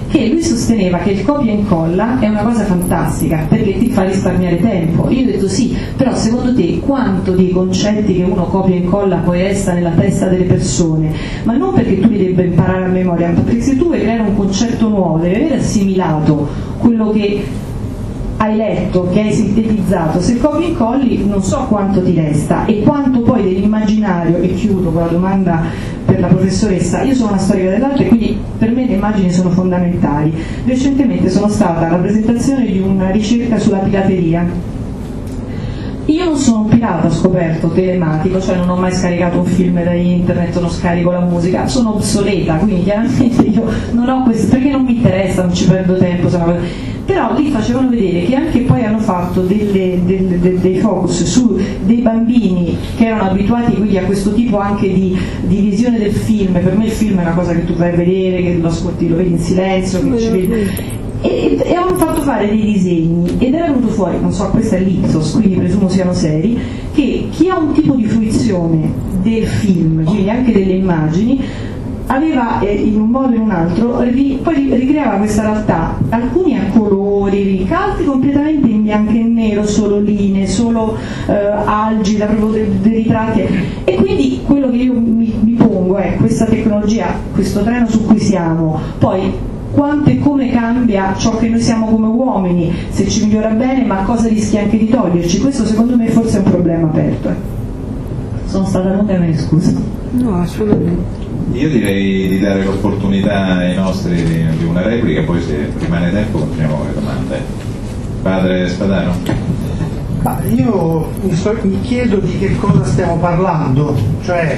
che lui sosteneva che il copia e incolla è una cosa fantastica perché ti fa risparmiare tempo. Io ho detto sì, però secondo te quanto dei concetti che uno copia e incolla poi resta nella testa delle persone? Ma non perché tu li debba imparare a memoria, ma perché se tu vuoi creare un concetto nuovo devi aver assimilato quello che hai letto, che hai sintetizzato. Se copi e incolli non so quanto ti resta e quanto poi dell'immaginario, e chiudo con la domanda per la professoressa. Io sono una storica dell'arte e quindi per me le immagini sono fondamentali. Recentemente sono stata alla presentazione di una ricerca sulla pirateria. Io non sono un pirata, ho scoperto, telematico, cioè non ho mai scaricato un film da internet, non scarico la musica, sono obsoleta, quindi chiaramente io non ho questo, perché non mi interessa, non ci perdo tempo, però lì facevano vedere che anche poi hanno fatto dei focus su dei bambini che erano abituati quindi a questo tipo anche di visione del film. Per me il film è una cosa che tu vai a vedere, che lo ascolti, lo vedi in silenzio, che ci vedi. E hanno fatto fare dei disegni ed era venuto fuori, non so, questo è l'Ipsos, quindi presumo siano seri, che chi ha un tipo di fruizione del film, quindi anche delle immagini, aveva in un modo o in un altro poi ricreava questa realtà, alcuni a colori ricchi, altri completamente in bianco e nero, solo linee, solo algida, proprio dei ritratti. E quindi quello che io mi pongo è questa tecnologia, questo treno su cui siamo, poi quanto e come cambia ciò che noi siamo come uomini, se ci migliora bene, ma cosa rischia anche di toglierci. Questo secondo me forse è un problema aperto. Sono stata lunga e me ne scuso. No, assolutamente. Io direi di dare l'opportunità ai nostri di una replica, poi se rimane tempo continuiamo con le domande. Padre Spadaro? Io mi chiedo di che cosa stiamo parlando, cioè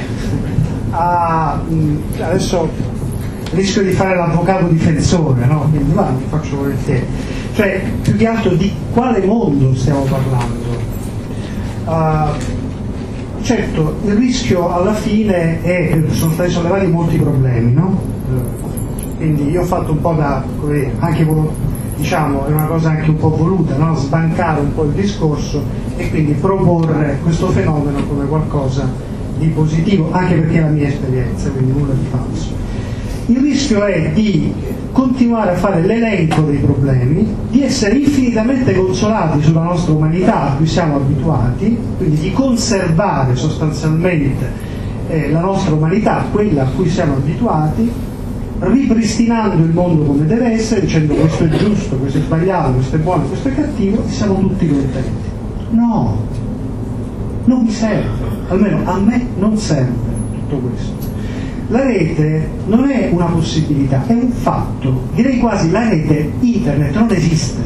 adesso rischio di fare l'avvocato difensore, no? Quindi mi faccio volentieri. Cioè, più che altro di quale mondo stiamo parlando? Certo, il rischio alla fine è, sono stati sollevati molti problemi, no? Quindi io ho fatto un po' anche diciamo, è una cosa anche un po' voluta, no? Sbancare un po' il discorso e quindi proporre questo fenomeno come qualcosa di positivo, anche perché è la mia esperienza, quindi nulla di falso. Il rischio è di continuare a fare l'elenco dei problemi, di essere infinitamente consolati sulla nostra umanità a cui siamo abituati, quindi di conservare sostanzialmente la nostra umanità, quella a cui siamo abituati, ripristinando il mondo come deve essere, dicendo questo è giusto, questo è sbagliato, questo è buono, questo è cattivo, e siamo tutti contenti. No, non mi serve, almeno a me non serve tutto questo. La rete non è una possibilità, è un fatto. Direi quasi la rete, internet, non esiste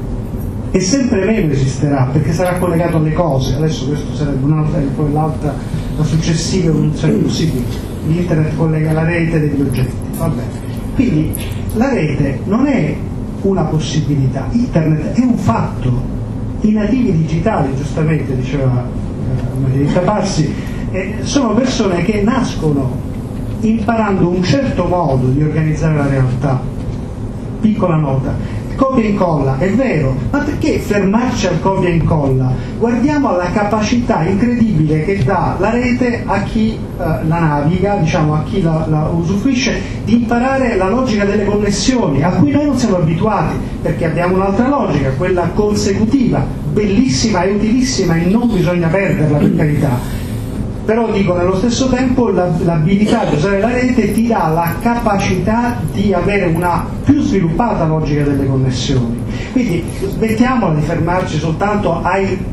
e sempre meno esisterà perché sarà collegato alle cose. Adesso questo sarebbe un'altra, e poi l'altra, la successiva evoluzione possibile. Internet collega la rete degli oggetti. Vabbè. Quindi la rete non è una possibilità, internet è un fatto. I nativi digitali, giustamente diceva Margherita Parsi, sono persone che nascono imparando un certo modo di organizzare la realtà. Piccola nota, copia e incolla, è vero, ma perché fermarci al copia e incolla? Guardiamo alla capacità incredibile che dà la rete a chi la naviga, diciamo a chi la usufruisce, di imparare la logica delle connessioni, a cui noi non siamo abituati, perché abbiamo un'altra logica, quella consecutiva, bellissima e utilissima e non bisogna perderla, per carità. Però dico, nello stesso tempo l'abilità di usare la rete ti dà la capacità di avere una più sviluppata logica delle connessioni. Quindi smettiamola di fermarci soltanto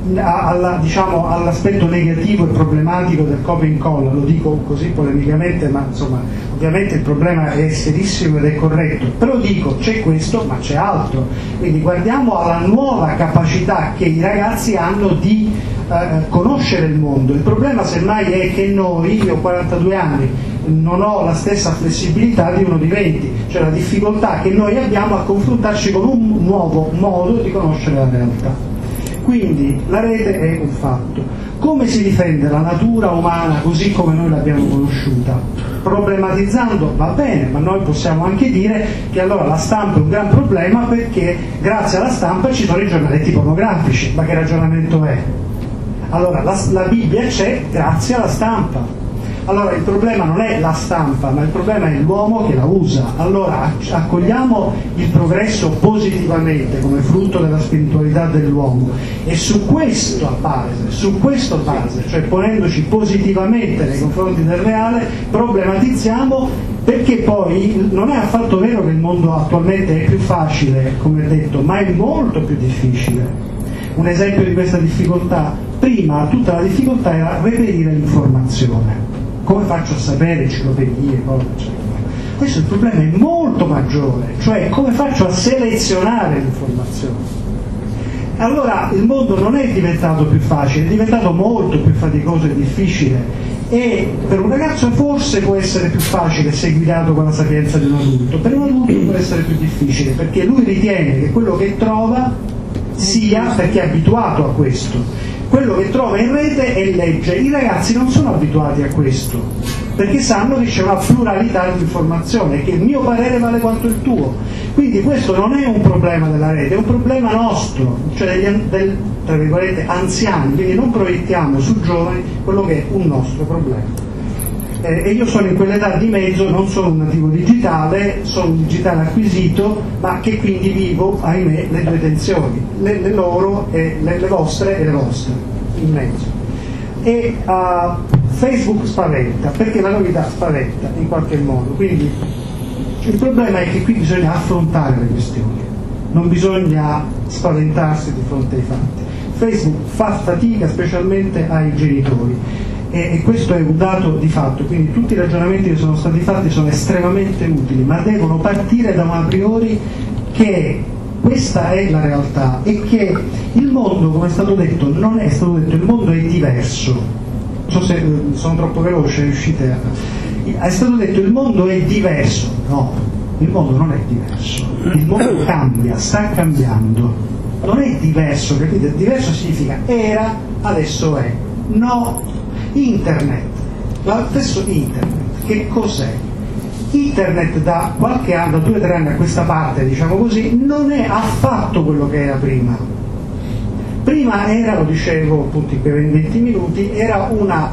diciamo, all'aspetto negativo e problematico del copia e incolla, lo dico così polemicamente, ma insomma ovviamente il problema è serissimo ed è corretto, però dico c'è questo ma c'è altro, quindi guardiamo alla nuova capacità che i ragazzi hanno di conoscere il mondo. Il problema semmai è che io ho 42 anni, non ho la stessa flessibilità di uno di 20, cioè la difficoltà che noi abbiamo a confrontarci con un nuovo modo di conoscere la realtà. Quindi la rete è un fatto. Come si difende la natura umana così come noi l'abbiamo conosciuta? Problematizzando va bene, ma noi possiamo anche dire che allora la stampa è un gran problema perché grazie alla stampa ci sono i giornaletti pornografici. Ma che ragionamento è? Allora la Bibbia c'è grazie alla stampa. Allora il problema non è la stampa, ma il problema è l'uomo che la usa. Allora accogliamo il progresso positivamente come frutto della spiritualità dell'uomo e su questo base, cioè ponendoci positivamente nei confronti del reale, problematizziamo, perché poi non è affatto vero che il mondo attualmente è più facile, come detto, ma è molto più difficile. Un esempio di questa difficoltà: prima tutta la difficoltà era reperire l'informazione. Come faccio a sapere enciclopedie, cose, eccetera? Questo il problema è molto maggiore, cioè come faccio a selezionare l'informazione? Allora il mondo non è diventato più facile, è diventato molto più faticoso e difficile, e per un ragazzo forse può essere più facile se guidato con la sapienza di un adulto, per un adulto può essere più difficile, perché lui ritiene che quello che trova sia, perché è abituato a questo, quello che trova in rete e legge. I ragazzi non sono abituati a questo, perché sanno che c'è una pluralità di informazione, che il mio parere vale quanto il tuo. Quindi questo non è un problema della rete, è un problema nostro, cioè tra virgolette anziani, quindi non proiettiamo sui giovani quello che è un nostro problema. E io sono in quell'età di mezzo, non sono un nativo digitale, sono un digitale acquisito, ma che quindi vivo, ahimè, le due tensioni, le loro e le vostre e le vostre, in mezzo. E Facebook spaventa, perché la novità spaventa in qualche modo, quindi il problema è che qui bisogna affrontare le questioni, non bisogna spaventarsi di fronte ai fatti. Facebook fa fatica specialmente ai genitori, e questo è un dato di fatto, quindi tutti i ragionamenti che sono stati fatti sono estremamente utili, ma devono partire da un a priori che questa è la realtà e che il mondo, come è stato detto, non è stato detto, il mondo è diverso. Non so se sono troppo veloce, riuscite a... È stato detto il mondo è diverso. No, il mondo non è diverso, il mondo cambia, sta cambiando, non è diverso, capite? Diverso significa era, adesso è. No, internet, lo stesso internet, che cos'è? Internet da qualche anno, 2 o 3 anni a questa parte, diciamo così, non è affatto quello che era prima. Prima era, lo dicevo appunto in quei 20 minuti, era una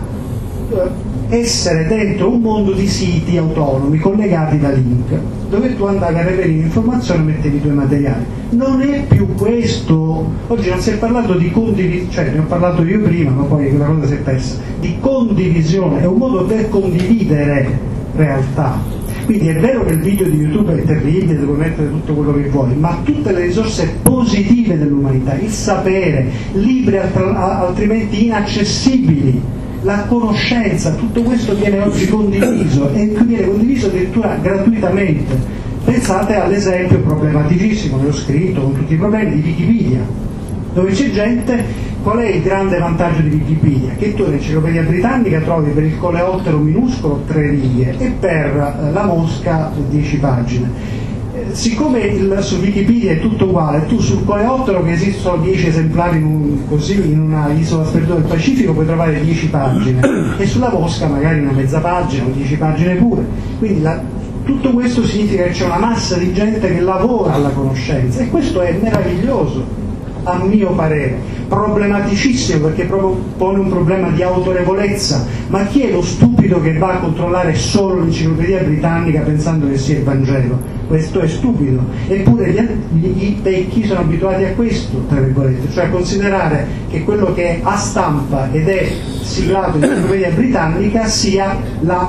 essere dentro un mondo di siti autonomi collegati da link, dove tu andavi a reperire informazioni e mettevi i tuoi materiali. Non è più questo. Oggi non si è parlato di condivisione, cioè ne ho parlato io prima, ma poi quella cosa si è persa, di condivisione, è un modo per condividere realtà. Quindi è vero che il video di YouTube è terribile, devo mettere tutto quello che vuoi, ma tutte le risorse positive dell'umanità, il sapere, libri altrimenti inaccessibili, la conoscenza, tutto questo viene oggi condiviso e viene condiviso addirittura gratuitamente. Pensate all'esempio problematicissimo, ne ho scritto con tutti i problemi, di Wikipedia, dove c'è gente. Qual è il grande vantaggio di Wikipedia? Che tu nell'enciclopedia britannica trovi per il coleottero minuscolo 3 righe e per la mosca 10 pagine. Siccome su Wikipedia è tutto uguale, tu sul coleottero, che esistono 10 esemplari in una isola sperduta del Pacifico, puoi trovare 10 pagine, e sulla mosca magari una mezza pagina o 10 pagine pure. Quindi tutto questo significa che c'è una massa di gente che lavora alla conoscenza, e questo è meraviglioso, a mio parere, problematicissimo, perché proprio pone un problema di autorevolezza. Ma chi è lo stupido che va a controllare solo l'enciclopedia britannica pensando che sia il Vangelo? Questo è stupido. Eppure i vecchi sono abituati a questo, tra virgolette, cioè a considerare che quello che è a stampa ed è siglato in enciclopedia britannica sia la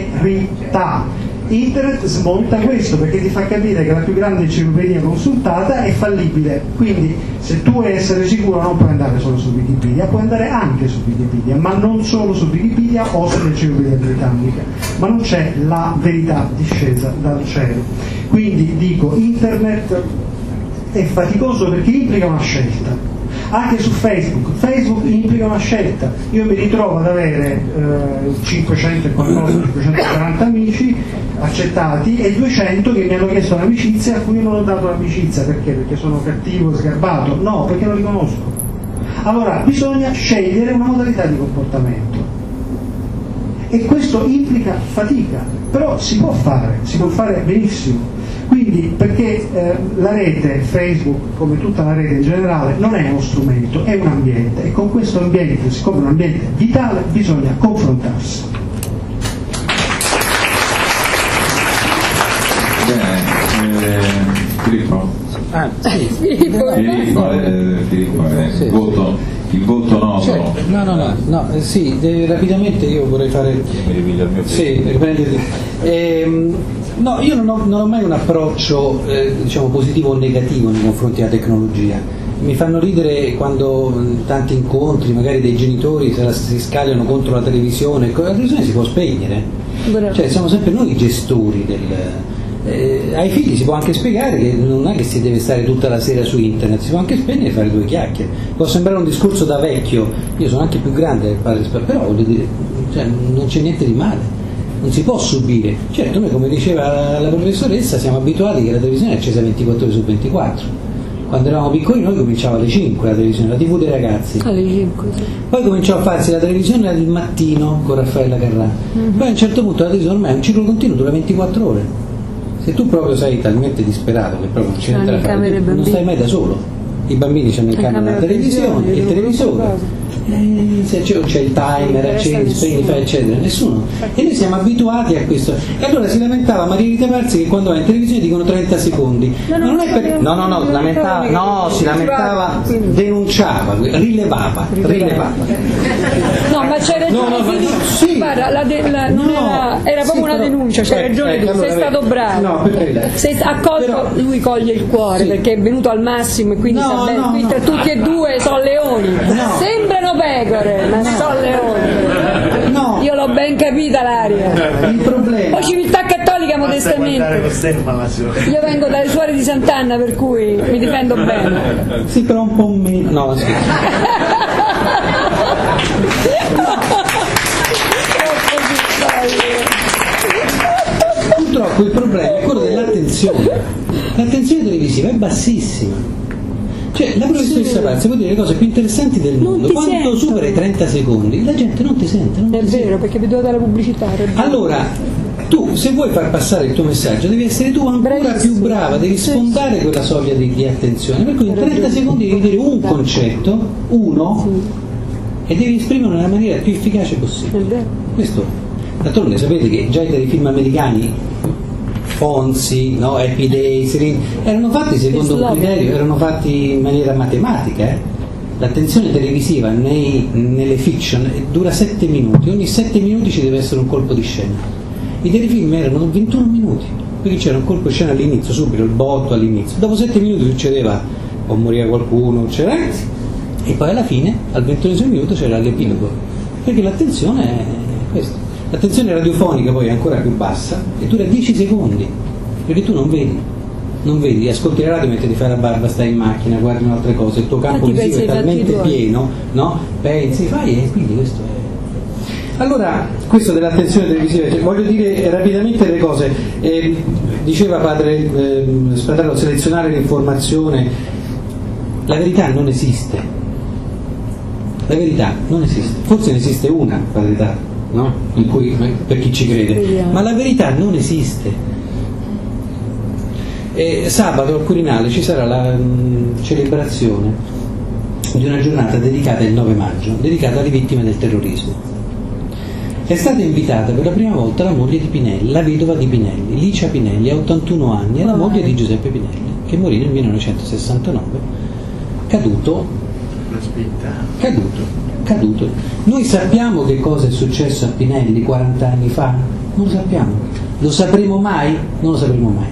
verità. Internet smonta questo, perché ti fa capire che la più grande enciclopedia consultata è fallibile. Quindi se tu vuoi essere sicuro non puoi andare solo su Wikipedia, puoi andare anche su Wikipedia, ma non solo su Wikipedia o sull'enciclopedia britannica. Ma non c'è la verità discesa dal cielo. Quindi dico, internet è faticoso perché implica una scelta. Anche su Facebook implica una scelta. Io mi ritrovo ad avere 540 amici accettati e 200 che mi hanno chiesto l'amicizia, a cui io non ho dato l'amicizia. Perché sono cattivo, sgarbato? No, perché non li conosco. Allora bisogna scegliere una modalità di comportamento, e questo implica fatica, però si può fare benissimo. Quindi, perché la rete, Facebook, come tutta la rete in generale, non è uno strumento, è un ambiente, e con questo ambiente, siccome è un ambiente vitale, bisogna confrontarsi. Filippo? Filippo, sì. Il voto no. No, sì, rapidamente io vorrei fare. Sì, riprenditi. No, io non ho mai un approccio diciamo positivo o negativo nei confronti della tecnologia. Mi fanno ridere quando tanti incontri, magari dei genitori si scagliano contro la televisione. La televisione si può spegnere, cioè siamo sempre noi i gestori ai figli si può anche spiegare che non è che si deve stare tutta la sera su internet, si può anche spegnere e fare due chiacchiere. Può sembrare un discorso da vecchio, io sono anche più grande del padre, però voglio dire, cioè, non c'è niente di male, non si può subire. Certo, noi, come diceva la professoressa, siamo abituati che la televisione è accesa 24 ore su 24. Quando eravamo piccoli noi cominciava alle 5 la televisione, la TV dei ragazzi. Alle 5, sì. Poi cominciò a farsi la televisione al mattino con Raffaella Carrà. Poi a un certo punto la televisione ormai è un ciclo continuo, dura 24 ore. Se tu proprio sei talmente disperato che proprio non c'è niente da fare, non stai mai da solo. I bambini hanno in camera la televisione, il televisore, se c'è il timer, accendi, spegni, fai eccetera, nessuno. E noi siamo abituati a questo. E allora si lamentava Maria Rita Parzi che quando va in televisione dicono 30 secondi. Si lamentava, denunciava, rilevava. No, ma c'è ragione. Sì. Guarda, era proprio una denuncia, c'hai ragione tu, sei stato bravo. No, sei accolto, lui coglie il cuore perché è venuto al massimo e quindi sta bene. Qui tra tutti e due sono leoni. Sembrano pecore, ma sono leoni. Io l'ho ben capita l'aria. Il problema. Poi civiltà cattolica modestamente. Io vengo dalle suore di Sant'Anna, per cui mi difendo bene. Sì, però un po' meno. No, scherzo. Purtroppo il problema è quello dell'attenzione. L'attenzione televisiva è bassissima. Cioè, la professoressa Parzi può dire le cose più interessanti del mondo. Quando supera i 30 secondi la gente non ti sente. È vero, perché vi dovete la pubblicità. Allora, tu se vuoi far passare il tuo messaggio devi essere tu ancora più brava, devi sfondare quella soglia di attenzione. Per cui in 30 secondi devi dire un concetto, e devi esprimerlo nella maniera più efficace possibile. È vero. Questo, d'altronde sapete che già i telefilm americani, Fonzi, Happy Days, erano fatti secondo un criterio, erano fatti in maniera matematica. L'attenzione televisiva nelle fiction dura 7 minuti, ogni 7 minuti ci deve essere un colpo di scena. I telefilm erano 21 minuti, perché c'era un colpo di scena all'inizio, subito il botto all'inizio, dopo 7 minuti succedeva, o moriva qualcuno, e poi alla fine, al 21esimo minuto, c'era l'epilogo, perché l'attenzione è questo. L'attenzione radiofonica poi è ancora più bassa e dura 10 secondi, perché tu non vedi, ascolti la radio mentre ti fai la barba, stai in macchina, guardi altre cose, il tuo campo visivo è talmente pieno, pensi, fai, e quindi questo è. Allora, questo dell'attenzione televisiva, voglio dire rapidamente le cose. Diceva padre Spatarello, selezionare l'informazione. La verità non esiste. La verità non esiste. Forse ne esiste una, la verità. No? In cui, per chi ci crede, ma la verità non esiste. Sabato al Quirinale ci sarà la celebrazione di una giornata dedicata il 9 maggio, dedicata alle vittime del terrorismo. È stata invitata per la prima volta la moglie di Pinelli, la vedova di Pinelli, Licia Pinelli, ha 81 anni, è la moglie di Giuseppe Pinelli, che morì nel 1969, caduto. Noi sappiamo che cosa è successo a Pinelli 40 anni fa? Non lo sappiamo. Lo sapremo mai? Non lo sapremo mai.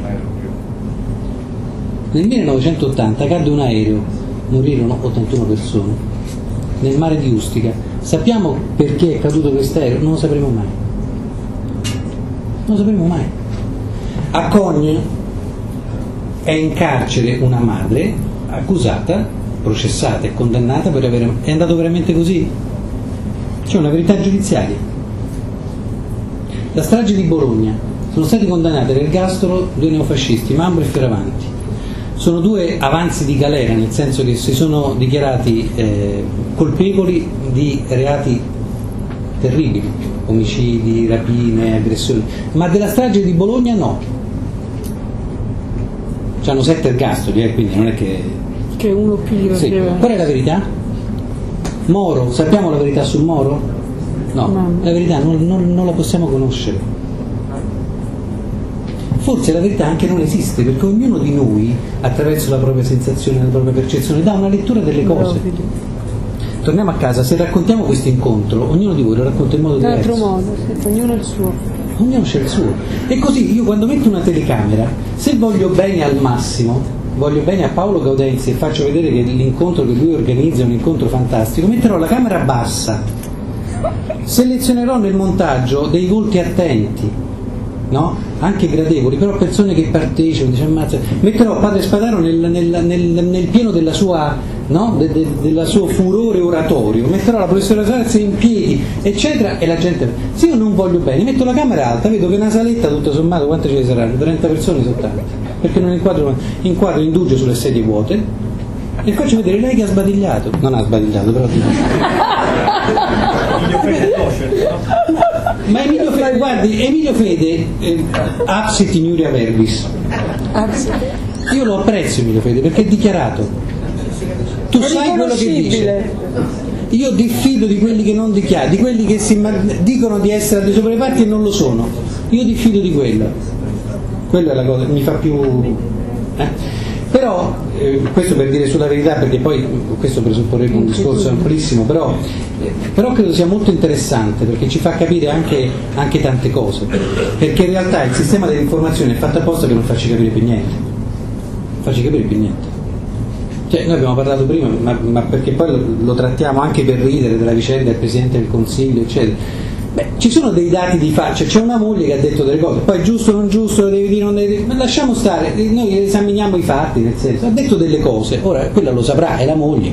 Nel 1980 cadde un aereo, morirono 81 persone nel mare di Ustica. Sappiamo perché è caduto quest'aereo? Non lo sapremo mai. Non lo sapremo mai. A Cogne è in carcere una madre accusata, processata e condannata per aver... È andato veramente così? C'è una verità giudiziaria. La strage di Bologna, sono stati condannati all'ergastolo 2 neofascisti, Mambro e Fioravanti. Sono 2 avanzi di galera, nel senso che si sono dichiarati colpevoli di reati terribili, omicidi, rapine, aggressioni, ma della strage di Bologna no. C'hanno 7 ergastoli, quindi non è che uno più. Sì. Qual è la verità? Moro, sappiamo la verità sul Moro? No. La verità non la possiamo conoscere. forse la verità anche non esiste, perché ognuno di noi, attraverso la propria sensazione, la propria percezione, dà una lettura delle cose. Torniamo a casa, se raccontiamo questo incontro, ognuno di voi lo racconta in modo diverso. D'altro modo, sì, ognuno ha il suo. Ognuno c'è il suo. E così io quando metto una telecamera, se voglio bene al massimo, voglio bene a Paolo Gaudenzi e faccio vedere che l'incontro che lui organizza è un incontro fantastico, metterò la camera bassa, selezionerò nel montaggio dei volti attenti, no? Anche gradevoli, però persone che partecipano, dice, ammazza. Metterò Padre Spadaro nel pieno della sua, no? Della suo furore oratorio, metterò la professoressa Salzi in piedi, eccetera, e la gente, se io non voglio bene, metto la camera alta, vedo che una saletta tutto sommato quante ce ne saranno? 30 persone soltanto, perché non inquadro indugio sulle sedie vuote e faccio vedere lei che ha sbadigliato, non ha sbadigliato però ma Emilio Fede, guardi, Emilio Fede absit in iuria verbis, io lo apprezzo Emilio Fede perché è dichiarato, tu sai quello che dice, io diffido di quelli che non dichiarano, di quelli che dicono di essere dei sopra le parti e non lo sono, io diffido di quello, quella è la cosa che mi fa più però questo per dire sulla verità, perché poi questo presupporrebbe un discorso amplissimo, però credo sia molto interessante perché ci fa capire anche tante cose, perché in realtà il sistema dell'informazione è fatto apposta che non facci capire più niente, cioè noi abbiamo parlato prima, ma perché poi lo trattiamo anche per ridere della vicenda del Presidente del Consiglio eccetera. Beh, ci sono dei dati di faccia, c'è una moglie che ha detto delle cose, poi giusto o non giusto, lo devi dire, non devi dire, ma lasciamo stare, noi esaminiamo i fatti, nel senso, ha detto delle cose, ora quella lo saprà, è la moglie.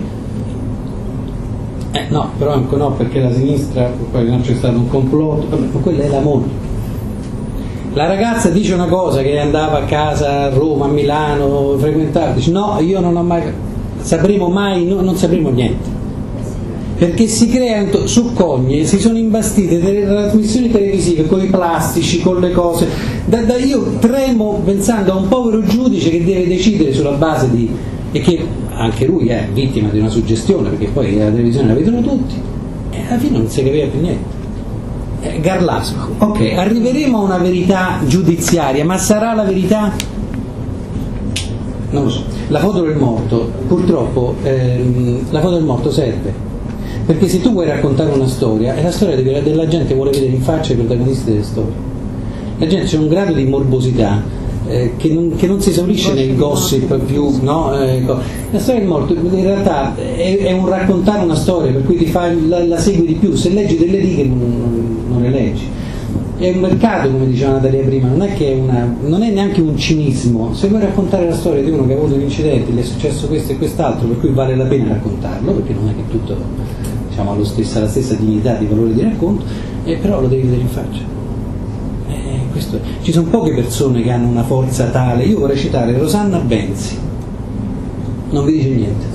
No, però anche no, perché la sinistra, poi non c'è stato un complotto, ma quella è la moglie. La ragazza dice una cosa, che andava a casa a Roma, a Milano, frequentava, dice no, io non ho mai, sapremo mai, non sapremo niente. Perché si creano su Cogne, si sono imbastite delle trasmissioni televisive con i plastici, con le cose. Io tremo pensando a un povero giudice che deve decidere sulla base di. E che anche lui è vittima di una suggestione, perché poi la televisione la vedono tutti, e alla fine non si capiva più niente. Garlasco, ok, arriveremo a una verità giudiziaria, ma sarà la verità? Non lo so. La foto del morto, purtroppo, la foto del morto serve. Perché se tu vuoi raccontare una storia, è la storia della gente che vuole vedere in faccia i protagonisti delle storie. La gente c'è un grado di morbosità che non si esaurisce nel gossip più, no? La storia del morto in realtà è un raccontare una storia, per cui la segui di più, se leggi delle righe non le leggi. È un mercato, come diceva Natalia prima, non è neanche un cinismo. Se vuoi raccontare la storia di uno che ha avuto un incidente, gli è successo questo e quest'altro, per cui vale la pena raccontarlo, perché non è che tutto ha la stessa dignità di valore di racconto, però lo devi vedere in faccia. Ci sono poche persone che hanno una forza tale. Io vorrei citare Rosanna Benzi, non vi dice niente.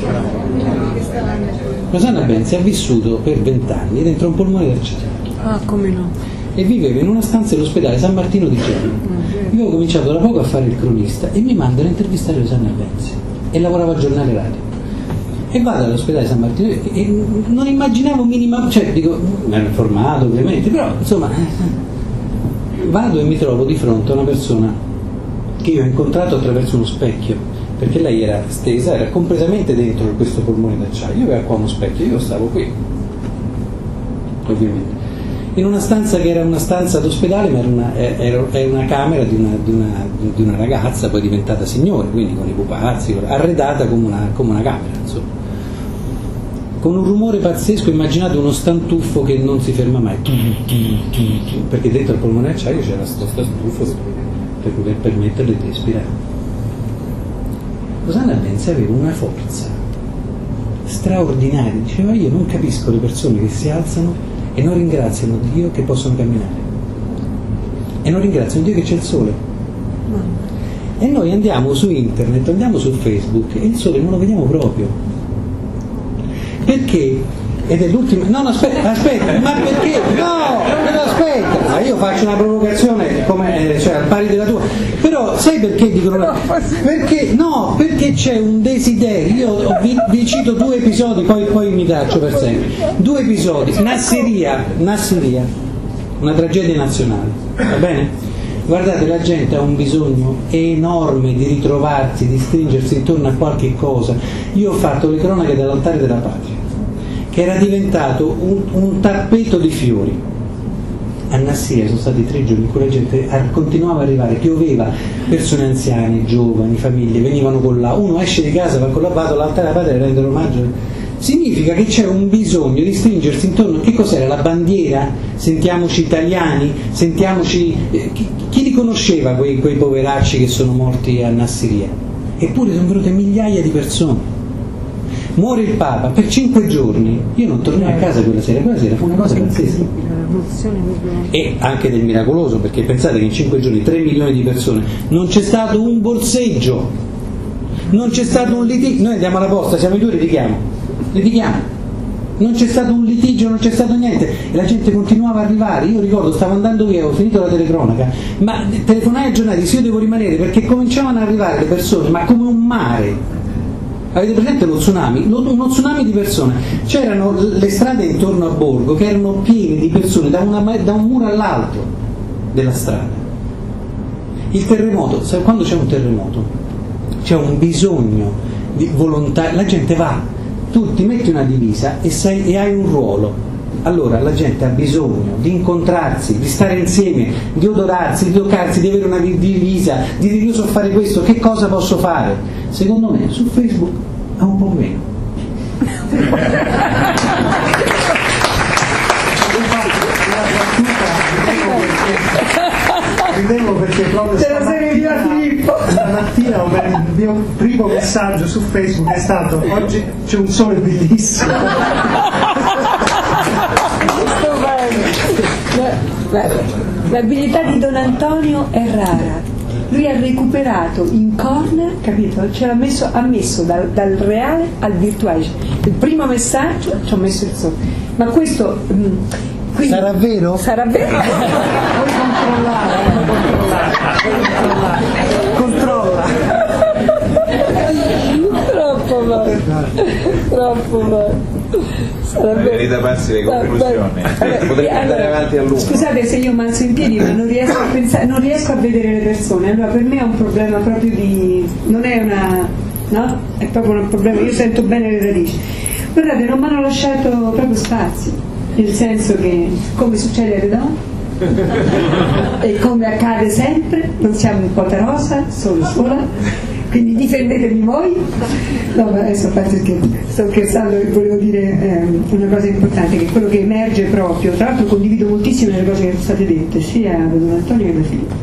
Rosanna Benzi ha vissuto per 20 anni dentro un polmone d'acciaio. Come no? E viveva in una stanza dell'ospedale San Martino di Genova. Io avevo cominciato da poco a fare il cronista e mi mandano a intervistare Rosanna Benzi e lavoravo al giornale radio. E vado all'ospedale San Martino e non immaginavo minimamente, cioè dico, mi ero informato ovviamente, però insomma vado e mi trovo di fronte a una persona che io ho incontrato attraverso uno specchio, perché lei era stesa, era completamente dentro questo polmone d'acciaio, io avevo qua uno specchio, io stavo qui ovviamente in una stanza che era una stanza d'ospedale, ma era una camera di una ragazza poi diventata signora, quindi con i pupazzi, arredata come una camera, insomma, con un rumore pazzesco. Immaginate uno stantuffo che non si ferma mai, perché dentro il polmone d'acciaio c'era questo stantuffo per permetterle di respirare. Rosanna Benzi aveva una forza straordinaria, diceva io non capisco le persone che si alzano e non ringraziano Dio che possono camminare, e non ringraziano Dio che c'è il sole. E noi andiamo su internet, andiamo su Facebook e il sole non lo vediamo proprio. Perché? Ed è l'ultima. No, aspetta, ma perché? No, aspetta, ma io faccio una provocazione come, cioè al pari della tua. Però sai perché dicono? Perché c'è un desiderio. Io vi cito 2 episodi, poi mi taccio per sempre. 2 episodi. Nassiriya, una tragedia nazionale, va bene? Guardate, la gente ha un bisogno enorme di ritrovarsi, di stringersi intorno a qualche cosa. Io ho fatto le cronache dall'altare della patria, che era diventato un tappeto di fiori. A Nassiriya sono stati 3 giorni in cui la gente continuava ad arrivare, pioveva, persone anziane, giovani, famiglie, venivano con là, uno esce di casa, va con l'abbato all'altare della patria a rendere omaggio. Significa che c'è un bisogno di stringersi intorno. Che cos'era? La bandiera? Sentiamoci italiani? Sentiamoci... Chi li conosceva quei poveracci che sono morti a Nassiriya? Eppure sono venute migliaia di persone. Muore il Papa per 5 giorni. Io non tornai a casa quella sera fu una cosa pazzesca. E anche del miracoloso, perché pensate che in 5 giorni 3 milioni di persone, non c'è stato un borseggio, non c'è stato un litigio. Noi andiamo alla posta, siamo i due, litighiamo, non c'è stato un litigio, non c'è stato niente, e la gente continuava ad arrivare. Io ricordo, stavo andando via, ho finito la telecronaca, ma telefonai ai giornalisti, io devo rimanere, perché cominciavano ad arrivare le persone, ma come un mare. Avete presente lo tsunami? Uno tsunami di persone. C'erano le strade intorno a Borgo che erano piene di persone da un muro all'altro della strada. Il terremoto, quando c'è un terremoto c'è un bisogno di volontà, la gente va, tu ti metti una divisa e hai un ruolo. Allora la gente ha bisogno di incontrarsi, di stare insieme, di odorarsi, di toccarsi, di avere una divisa, di dire io so fare questo, che cosa posso fare? Secondo me su Facebook è un po' meno. Ridevo perché proprio stamattina il mio primo messaggio su Facebook è stato: oggi c'è un sole bellissimo. L'abilità di Don Antonio è rara. Lui ha recuperato in corner, capito? Ha messo dal reale al virtuale. Il primo messaggio ci ho messo il sole. Ma questo sarà vero? Sarà vero. Controlla. Troppo male. Rita Passi le conclusioni. Potrei andare avanti a lungo. Scusate se io mi alzo in piedi, ma non riesco a pensare, non riesco a vedere le persone. Allora per me è un problema proprio di... non è una... no? È proprio un problema, io sento bene le radici. Guardate, non mi hanno lasciato proprio spazio, nel senso che, come succede alle donne e come accade sempre, non siamo in quota rosa, sola, quindi difendetemi voi. No, ma adesso sto scherzando, volevo dire una cosa importante, che è quello che emerge proprio, tra l'altro condivido moltissime delle cose che sono state dette sia da Don Antonio che da Filippo,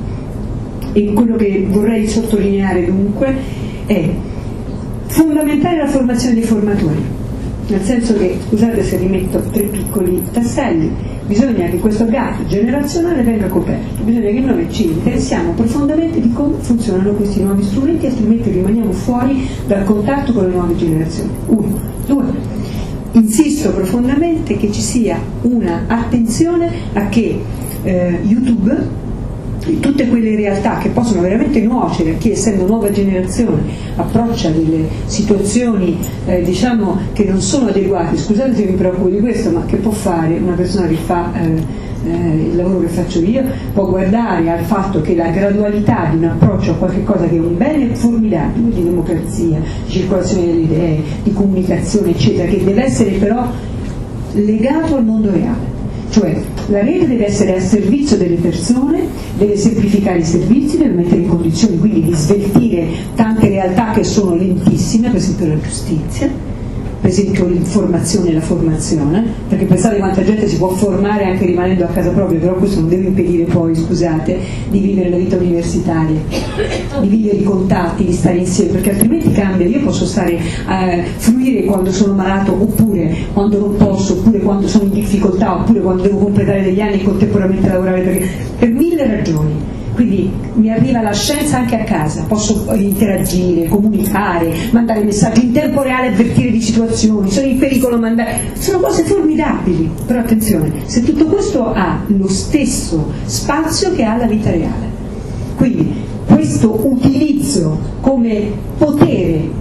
e quello che vorrei sottolineare dunque è fondamentale la formazione dei formatori, nel senso che, scusate se rimetto 3 piccoli tasselli, bisogna che questo gap generazionale venga coperto, bisogna che noi ci interessiamo profondamente di come funzionano questi nuovi strumenti, altrimenti rimaniamo fuori dal contatto con le nuove generazioni. 1. 2. Insisto profondamente che ci sia una attenzione a che YouTube, tutte quelle realtà che possono veramente nuocere a chi, essendo nuova generazione, approccia delle situazioni diciamo che non sono adeguate. Scusate se mi preoccupo di questo, ma che può fare una persona che fa il lavoro che faccio io? Può guardare al fatto che la gradualità di un approccio a qualche cosa che è un bene formidabile di democrazia, di circolazione delle idee, di comunicazione eccetera, che deve essere però legato al mondo reale. Cioè la rete deve essere al servizio delle persone, deve semplificare i servizi, deve mettere in condizioni quindi di sveltire tante realtà che sono lentissime, per esempio la giustizia, per esempio l'informazione e la formazione, perché pensate quanta gente si può formare anche rimanendo a casa propria, però questo non deve impedire poi, scusate, di vivere la vita universitaria, di vivere i contatti, di stare insieme, perché altrimenti cambia. Io posso stare fruire quando sono malato, oppure quando non posso, oppure quando sono in difficoltà, oppure quando devo completare degli anni e contemporaneamente lavorare, perché per 1000 ragioni. Quindi mi arriva la scienza anche a casa, posso interagire, comunicare, mandare messaggi in tempo reale, avvertire di situazioni, sono in pericolo, sono cose formidabili. Però attenzione, se tutto questo ha lo stesso spazio che ha la vita reale, quindi questo utilizzo come potere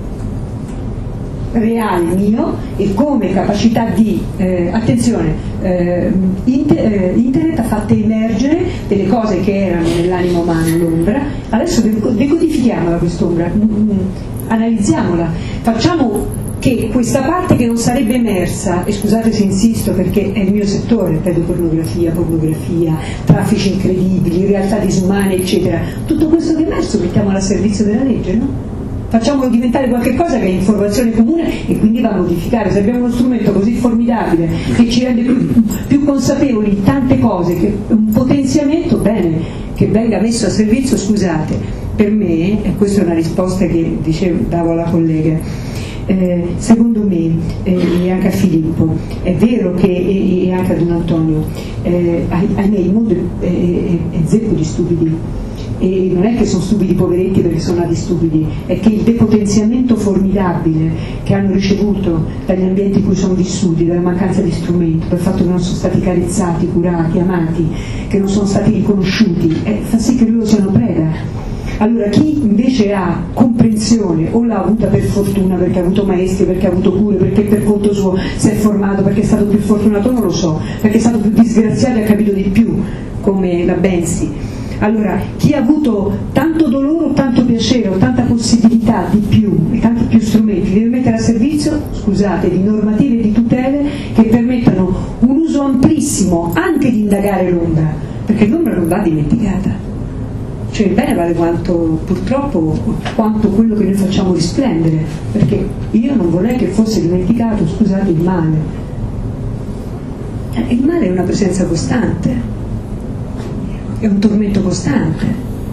reale mio e come capacità di attenzione, internet ha fatto emergere delle cose che erano nell'animo umano, l'ombra. Adesso decodifichiamola quest'ombra, analizziamola, facciamo che questa parte che non sarebbe emersa, e scusate se insisto perché è il mio settore, pedopornografia, pornografia, traffici incredibili, realtà disumane, eccetera, tutto questo che è emerso mettiamolo al servizio della legge, no? Facciamolo diventare qualche cosa che è informazione comune e quindi va a modificare. Se abbiamo uno strumento così formidabile che ci rende più consapevoli di tante cose, che un potenziamento, bene, che venga messo a servizio. Scusate, per me, e questa è una risposta che davo alla collega, secondo me, e anche a Filippo, è vero che, e anche a Don Antonio, ahimè il mondo è zeppo di stupidi, e non è che sono stupidi poveretti perché sono nati stupidi, è che il depotenziamento formidabile che hanno ricevuto dagli ambienti in cui sono vissuti, dalla mancanza di strumenti, dal fatto che non sono stati carezzati, curati, amati, che non sono stati riconosciuti, fa sì che loro siano preda. Allora chi invece ha comprensione, o l'ha avuta per fortuna perché ha avuto maestri, perché ha avuto cure, perché per conto suo si è formato, perché è stato più fortunato, non lo so, perché è stato più disgraziato e ha capito di più, come la Bensi. Allora chi ha avuto tanto dolore o tanto piacere o tanta possibilità di più e tanti più strumenti deve mettere a servizio, scusate, di normative e di tutele che permettano un uso amplissimo anche di indagare l'ombra, perché l'ombra non va dimenticata. Cioè il bene vale quanto, purtroppo, quanto quello che noi facciamo risplendere, perché io non vorrei che fosse dimenticato, scusate, il male. Il male è una presenza costante, è un tormento costante.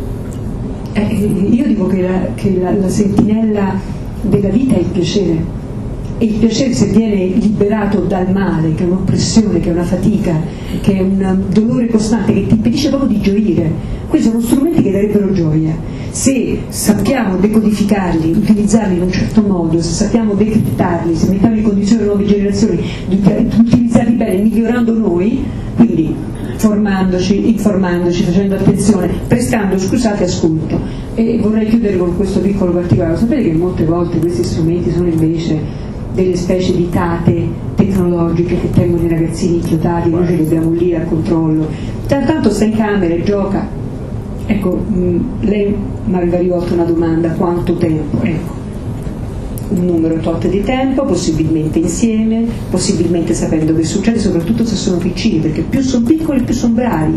Io dico che la sentinella della vita è il piacere, e il piacere, se viene liberato dal male, che è un'oppressione, che è una fatica, che è un dolore costante, che ti impedisce proprio di gioire, questi sono strumenti che darebbero gioia. Se sappiamo decodificarli, utilizzarli in un certo modo, se sappiamo decriptarli, se mettiamo in condizione le nuove generazioni di utilizzarli bene, migliorando noi, quindi formandoci, informandoci, facendo attenzione, prestando, scusate, ascolto. E vorrei chiudere con questo piccolo particolare. Sapete che molte volte questi strumenti sono invece delle specie di tate tecnologiche che tengono i ragazzini inchiodati, noi ce li abbiamo lì al controllo. Tanto sta in camera e gioca. Ecco, lei mi aveva rivolto una domanda: quanto tempo? Ecco, un numero tot di tempo, possibilmente insieme, possibilmente sapendo che succede, soprattutto se sono piccini, perché più sono piccoli più sono bravi.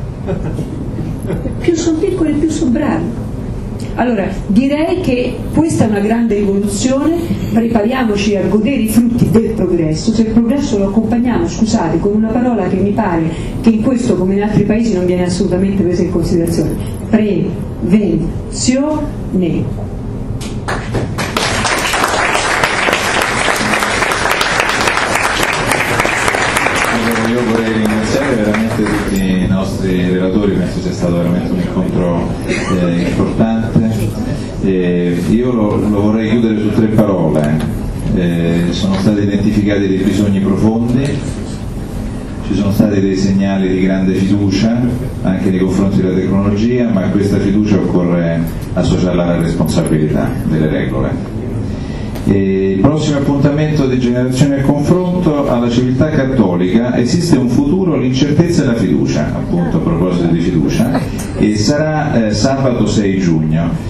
Più sono piccoli più sono bravi. Allora, direi che questa è una grande rivoluzione, prepariamoci a godere i frutti del progresso. Se il progresso lo accompagniamo, scusate, con una parola che mi pare che in questo come in altri paesi non viene assolutamente presa in considerazione: prevenzione. Io vorrei ringraziare veramente tutti i nostri relatori, penso sia stato veramente un incontro importante. Io lo vorrei chiudere su 3 parole. Sono stati identificati dei bisogni profondi, ci sono stati dei segnali di grande fiducia anche nei confronti della tecnologia, ma a questa fiducia occorre associarla alla responsabilità delle regole. Il prossimo appuntamento di Generazioni al Confronto alla Civiltà Cattolica: esiste un futuro, l'incertezza e la fiducia, appunto a proposito di fiducia, e sarà sabato 6 giugno.